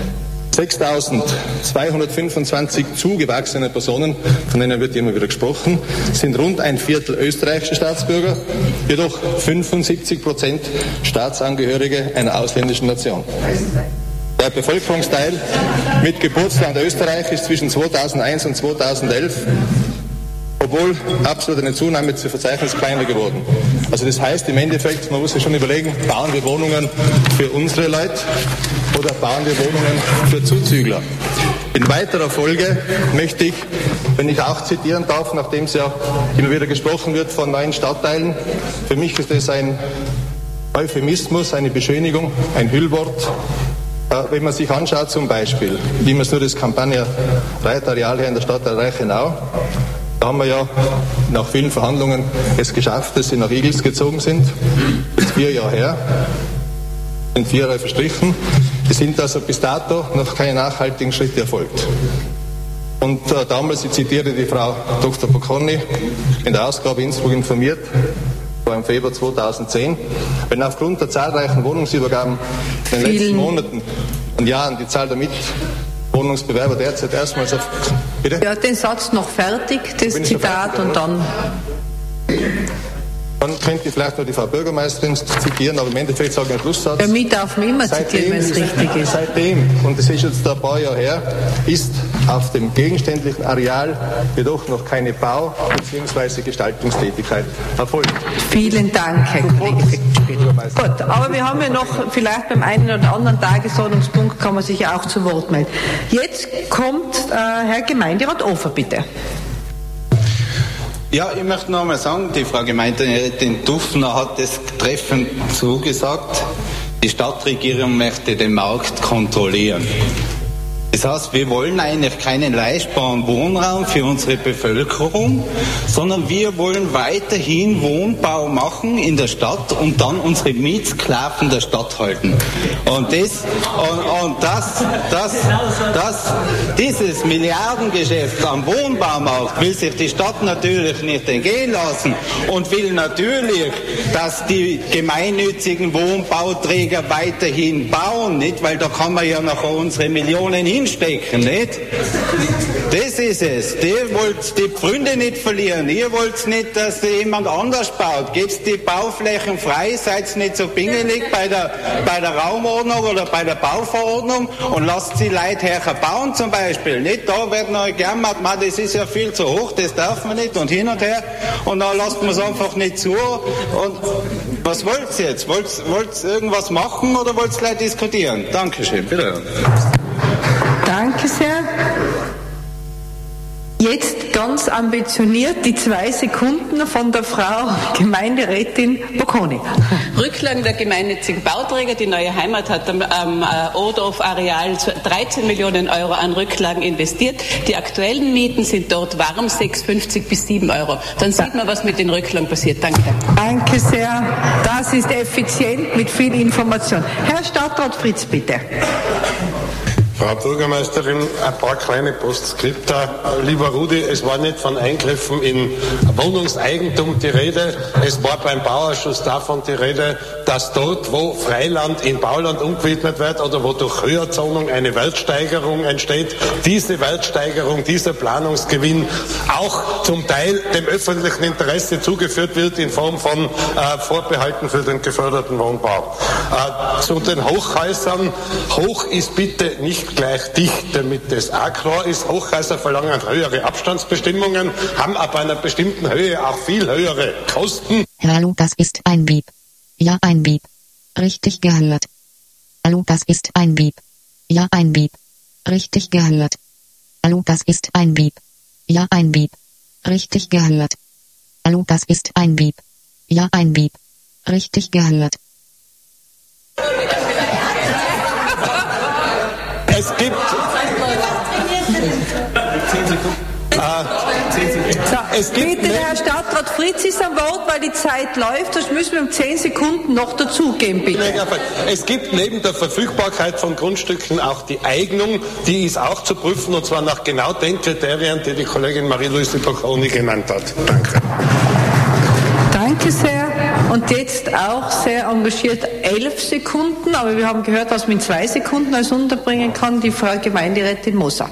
sechstausendzweihundertfünfundzwanzig zugewachsene Personen, von denen wird immer wieder gesprochen, sind rund ein Viertel österreichische Staatsbürger, jedoch fünfundsiebzig Prozent Staatsangehörige einer ausländischen Nation. Der Bevölkerungsteil mit Geburtsland Österreich ist zwischen zweitausendeins und zweitausendelf, obwohl absolut eine Zunahme zu verzeichnen, kleiner geworden. Also das heißt im Endeffekt, man muss sich schon überlegen, bauen wir Wohnungen für unsere Leute oder bauen wir Wohnungen für Zuzügler. In weiterer Folge möchte ich, wenn ich auch zitieren darf, nachdem es ja immer wieder gesprochen wird von neuen Stadtteilen, für mich ist das ein Euphemismus, eine Beschönigung, ein Hüllwort. Wenn man sich anschaut zum Beispiel, wie man es nur das Campagna-Reitareal hier in der Stadt Reichenau, da haben wir ja nach vielen Verhandlungen es geschafft, dass sie nach Igels gezogen sind. Das ist vier Jahre her, sind vier Jahre verstrichen. Es sind also bis dato noch keine nachhaltigen Schritte erfolgt. Und äh, damals, ich zitiere die Frau Doktor Pokorny, in der Ausgabe Innsbruck informiert, war im Februar zweitausendzehn, wenn aufgrund der zahlreichen Wohnungsübergaben in den letzten Monaten und Jahren die Zahl der Mitwohnungsbewerber derzeit erstmals auf... Bitte? Ja, den Satz noch fertig, das Zitat, fertig, und dann... Dann könnte ich vielleicht noch die Frau Bürgermeisterin zitieren, aber im Endeffekt sage ich einen Schlusssatz. Ja, mich darf man immer zitieren, wenn es richtig ist. Seitdem, und das ist jetzt ein paar Jahre her, ist auf dem gegenständlichen Areal jedoch noch keine Bau- bzw. Gestaltungstätigkeit erfolgt. Vielen Dank, Herr Kollege. Gut, aber wir haben ja noch, vielleicht beim einen oder anderen Tagesordnungspunkt kann man sich ja auch zu Wort melden. Jetzt kommt äh, Herr Gemeinderat Ofer, bitte. Ja, ich möchte noch einmal sagen, die Frau Gemeinderätin Dufner hat es treffend zugesagt, die Stadtregierung möchte den Markt kontrollieren. Das heißt, wir wollen eigentlich keinen leistbaren Wohnraum für unsere Bevölkerung, sondern wir wollen weiterhin Wohnbau machen in der Stadt und dann unsere Mietsklaven der Stadt halten. Und das, und, und das, das, das, dieses Milliardengeschäft am Wohnbaumarkt will sich die Stadt natürlich nicht entgehen lassen und will natürlich, dass die gemeinnützigen Wohnbauträger weiterhin bauen, nicht? Weil da kann man ja nachher unsere Millionen hin stecken, nicht? Das ist es. Ihr wollt die Pfründe nicht verlieren. Ihr wollt nicht, dass jemand anders baut. Gebt die Bauflächen frei, seid nicht so pingelig bei der, bei der Raumordnung oder bei der Bauverordnung und lasst die Leute herher bauen zum Beispiel. Nicht? Da wird noch gern gesagt, das ist ja viel zu hoch, das darf man nicht und hin und her und dann lasst man es einfach nicht zu. Und was wollt ihr jetzt? Wollt ihr irgendwas machen oder wollt ihr gleich diskutieren? Dankeschön. Bitte. Danke sehr. Jetzt ganz ambitioniert die zwei Sekunden von der Frau Gemeinderätin Pokorny. Rücklagen der gemeinnützigen Bauträger. Die Neue Heimat hat am, am äh, Odorf-Areal dreizehn Millionen Euro an Rücklagen investiert. Die aktuellen Mieten sind dort warm, sechs fünfzig bis sieben Euro. Dann sieht man, was mit den Rücklagen passiert. Danke. Danke sehr. Das ist effizient mit viel Information. Herr Stadtrat Fritz, bitte. Frau Bürgermeisterin, ein paar kleine Postskripta. Lieber Rudi, es war nicht von Eingriffen in Wohnungseigentum die Rede. Es war beim Bauausschuss davon die Rede, dass dort, wo Freiland in Bauland umgewidmet wird oder wo durch Höherzonung eine Wertsteigerung entsteht, diese Wertsteigerung, dieser Planungsgewinn auch zum Teil dem öffentlichen Interesse zugeführt wird in Form von äh, Vorbehalten für den geförderten Wohnbau. Äh, zu den Hochhäusern. Hoch ist bitte nicht gleich dicht, damit das auch klar ist. Hochhäuser verlangen höhere Abstandsbestimmungen, haben ab einer bestimmten Höhe auch viel höhere Kosten. Herr Lukas ist ein Bieb. Ja, ein Bieb. Richtig gehört. Herr Lukas ist ein Bieb. Ja, ein Bieb. Richtig gehört. Herr Lukas ist ein Bieb. Ja, ein Bieb. Richtig gehört. Herr Lukas ist ein Bieb. Ja, ein Bieb. Richtig gehört. Es gibt... So, es gibt Bitte, der Herr Stadtrat Fritz ist am Wort, weil die Zeit läuft. Das müssen wir um zehn Sekunden noch dazugeben, bitte. Es gibt neben der Verfügbarkeit von Grundstücken auch die Eignung. Die ist auch zu prüfen, und zwar nach genau den Kriterien, die die Kollegin Marie-Louise Bocconi genannt hat. Danke. Danke sehr. Und jetzt auch sehr engagiert elf Sekunden, aber wir haben gehört, was man in zwei Sekunden als unterbringen kann, die Frau Gemeinderätin Moser.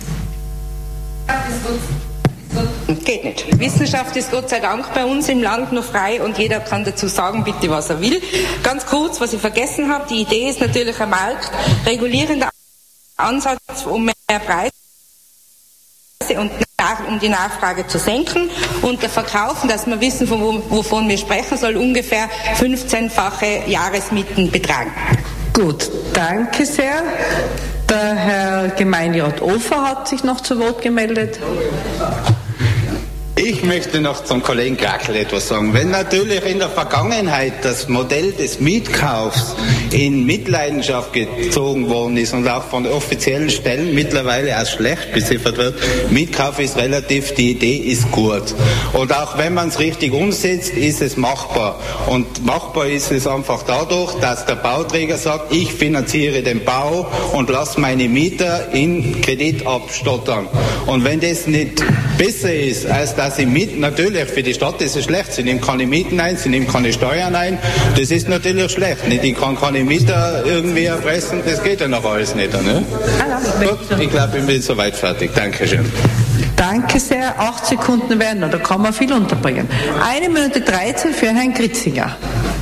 Geht nicht. Wissenschaft ist Gott sei Dank bei uns im Land noch frei und jeder kann dazu sagen, bitte, was er will. Ganz kurz, was ich vergessen habe, die Idee ist natürlich ein marktregulierender Ansatz, um mehr Preise und um die Nachfrage zu senken, und der Verkauf, dass wir wissen, von wo, wovon wir sprechen, soll ungefähr fünfzehnfache Jahresmieten betragen. Gut, danke sehr. Der Herr Gemeinderat Ofer hat sich noch zu Wort gemeldet. Ich möchte noch zum Kollegen Krakel etwas sagen. Wenn natürlich in der Vergangenheit das Modell des Mietkaufs in Mitleidenschaft gezogen worden ist und auch von offiziellen Stellen mittlerweile als schlecht beziffert wird, Mietkauf ist relativ, die Idee ist gut. Und auch wenn man es richtig umsetzt, ist es machbar. Und machbar ist es einfach dadurch, dass der Bauträger sagt, ich finanziere den Bau und lasse meine Mieter in Kredit abstottern. Und wenn das nicht besser ist, als dass sie mit, natürlich für die Stadt ist es schlecht, sie nimmt keine Mieten ein, sie nimmt keine Steuern ein, das ist natürlich schlecht. Die kann keine Mieter irgendwie erpressen, das geht ja noch alles nicht. Ne? Gut, ich glaube, ich bin soweit fertig. Dankeschön. Danke sehr. Acht Sekunden werden noch, da kann man viel unterbringen. Eine Minute dreizehn für Herrn Gritzinger.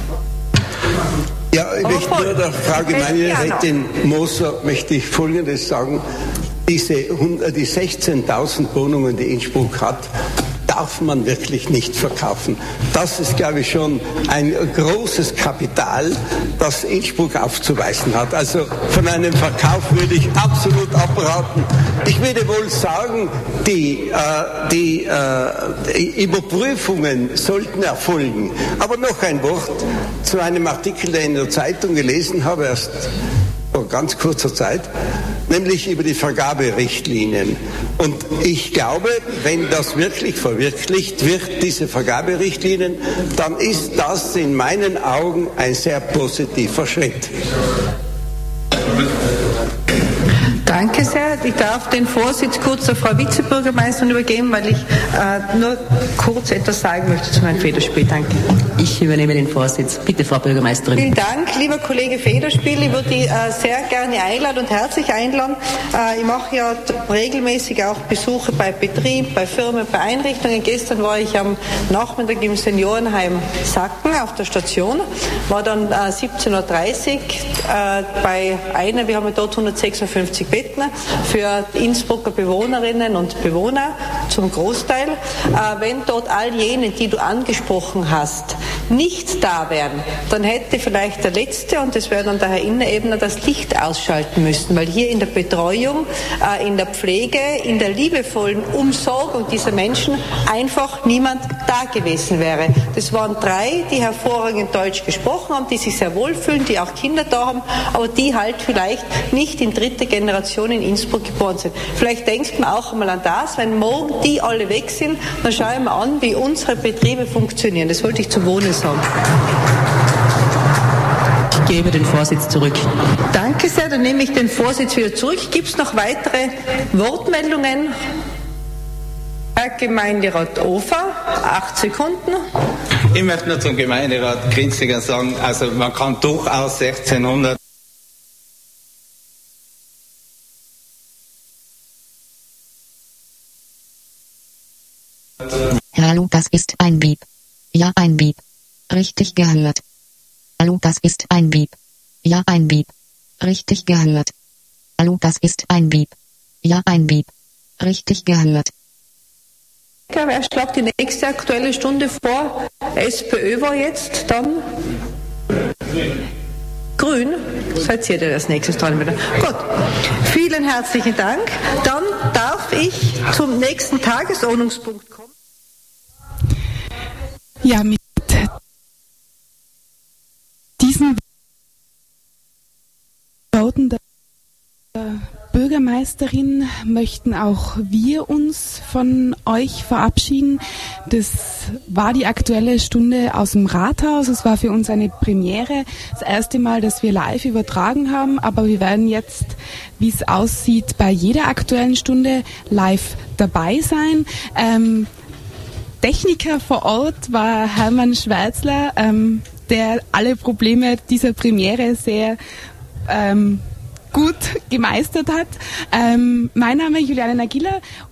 Ja, ich möchte nur der Frau Gemeinderätin Moser möchte ich Folgendes sagen. Diese die sechzehntausend Wohnungen, die Innsbruck hat, darf man wirklich nicht verkaufen. Das ist, glaube ich, schon ein großes Kapital, das Innsbruck aufzuweisen hat. Also von einem Verkauf würde ich absolut abraten. Ich würde wohl sagen, die, äh, die äh, Überprüfungen sollten erfolgen. Aber noch ein Wort zu einem Artikel, den ich in der Zeitung gelesen habe, erst vor ganz kurzer Zeit, nämlich über die Vergaberichtlinien. Und ich glaube, wenn das wirklich verwirklicht wird, diese Vergaberichtlinien, dann ist das in meinen Augen ein sehr positiver Schritt. Danke sehr. Ich darf den Vorsitz kurz der Frau Vizebürgermeisterin übergeben, weil ich äh, nur kurz etwas sagen möchte zu Herrn Federspiel. Danke. Ich übernehme den Vorsitz. Bitte, Frau Bürgermeisterin. Vielen Dank, lieber Kollege Federspiel. Ich würde Sie äh, sehr gerne einladen und herzlich einladen. Äh, ich mache ja regelmäßig auch Besuche bei Betrieben, bei Firmen, bei Einrichtungen. Gestern war ich am Nachmittag im Seniorenheim Sacken auf der Station, war dann äh, siebzehn Uhr dreißig äh, bei einer, wir haben dort hundertsechsundfünfzig Betten für Innsbrucker Bewohnerinnen und Bewohner zum Großteil. Äh, wenn dort all jene, die du angesprochen hast, nicht da wären, dann hätte vielleicht der Letzte, und das wäre dann der Herr Innerebner, das Licht ausschalten müssen, weil hier in der Betreuung, äh, in der Pflege, in der liebevollen Umsorgung dieser Menschen einfach niemand da gewesen wäre. Das waren drei, die hervorragend Deutsch gesprochen haben, die sich sehr wohlfühlen, die auch Kinder da haben, aber die halt vielleicht nicht in dritter Generation in Innsbruck geboren sind. Vielleicht denkt man auch einmal an das, wenn morgen die alle weg sind, dann schauen wir an, wie unsere Betriebe funktionieren. Das wollte ich zum Wohnen sagen. Ich gebe den Vorsitz zurück. Danke sehr, dann nehme ich den Vorsitz wieder zurück. Gibt es noch weitere Wortmeldungen? Herr Gemeinderat Ofer, acht Sekunden. Ich möchte nur zum Gemeinderat Grinziger sagen, also man kann durchaus sechzehnhundert Herr Lukas ist ein Bieb. Ja, ein Bieb. Richtig gehört. Lukas ist ein Bieb. Ja, ein Bieb. Richtig gehört. Lukas ist ein Bieb. Ja, ein Bieb. Richtig gehört. Wer schlagt die nächste Aktuelle Stunde vor? SPÖ war jetzt, dann Grün. Seid ihr als nächstes dran wieder? Gut. Vielen herzlichen Dank. Dann darf ich zum nächsten Tagesordnungspunkt kommen. Ja, mit diesen Worten der Bürger Bürgermeisterin möchten auch wir uns von euch verabschieden. Das war die Aktuelle Stunde aus dem Rathaus. Es war für uns eine Premiere. Das erste Mal, dass wir live übertragen haben, aber wir werden jetzt, wie es aussieht, bei jeder Aktuellen Stunde live dabei sein. Ähm, Techniker vor Ort war Hermann Schwärzler, ähm, der alle Probleme dieser Premiere sehr ähm, gut gemeistert hat. Ähm, mein Name ist Juliane Nagila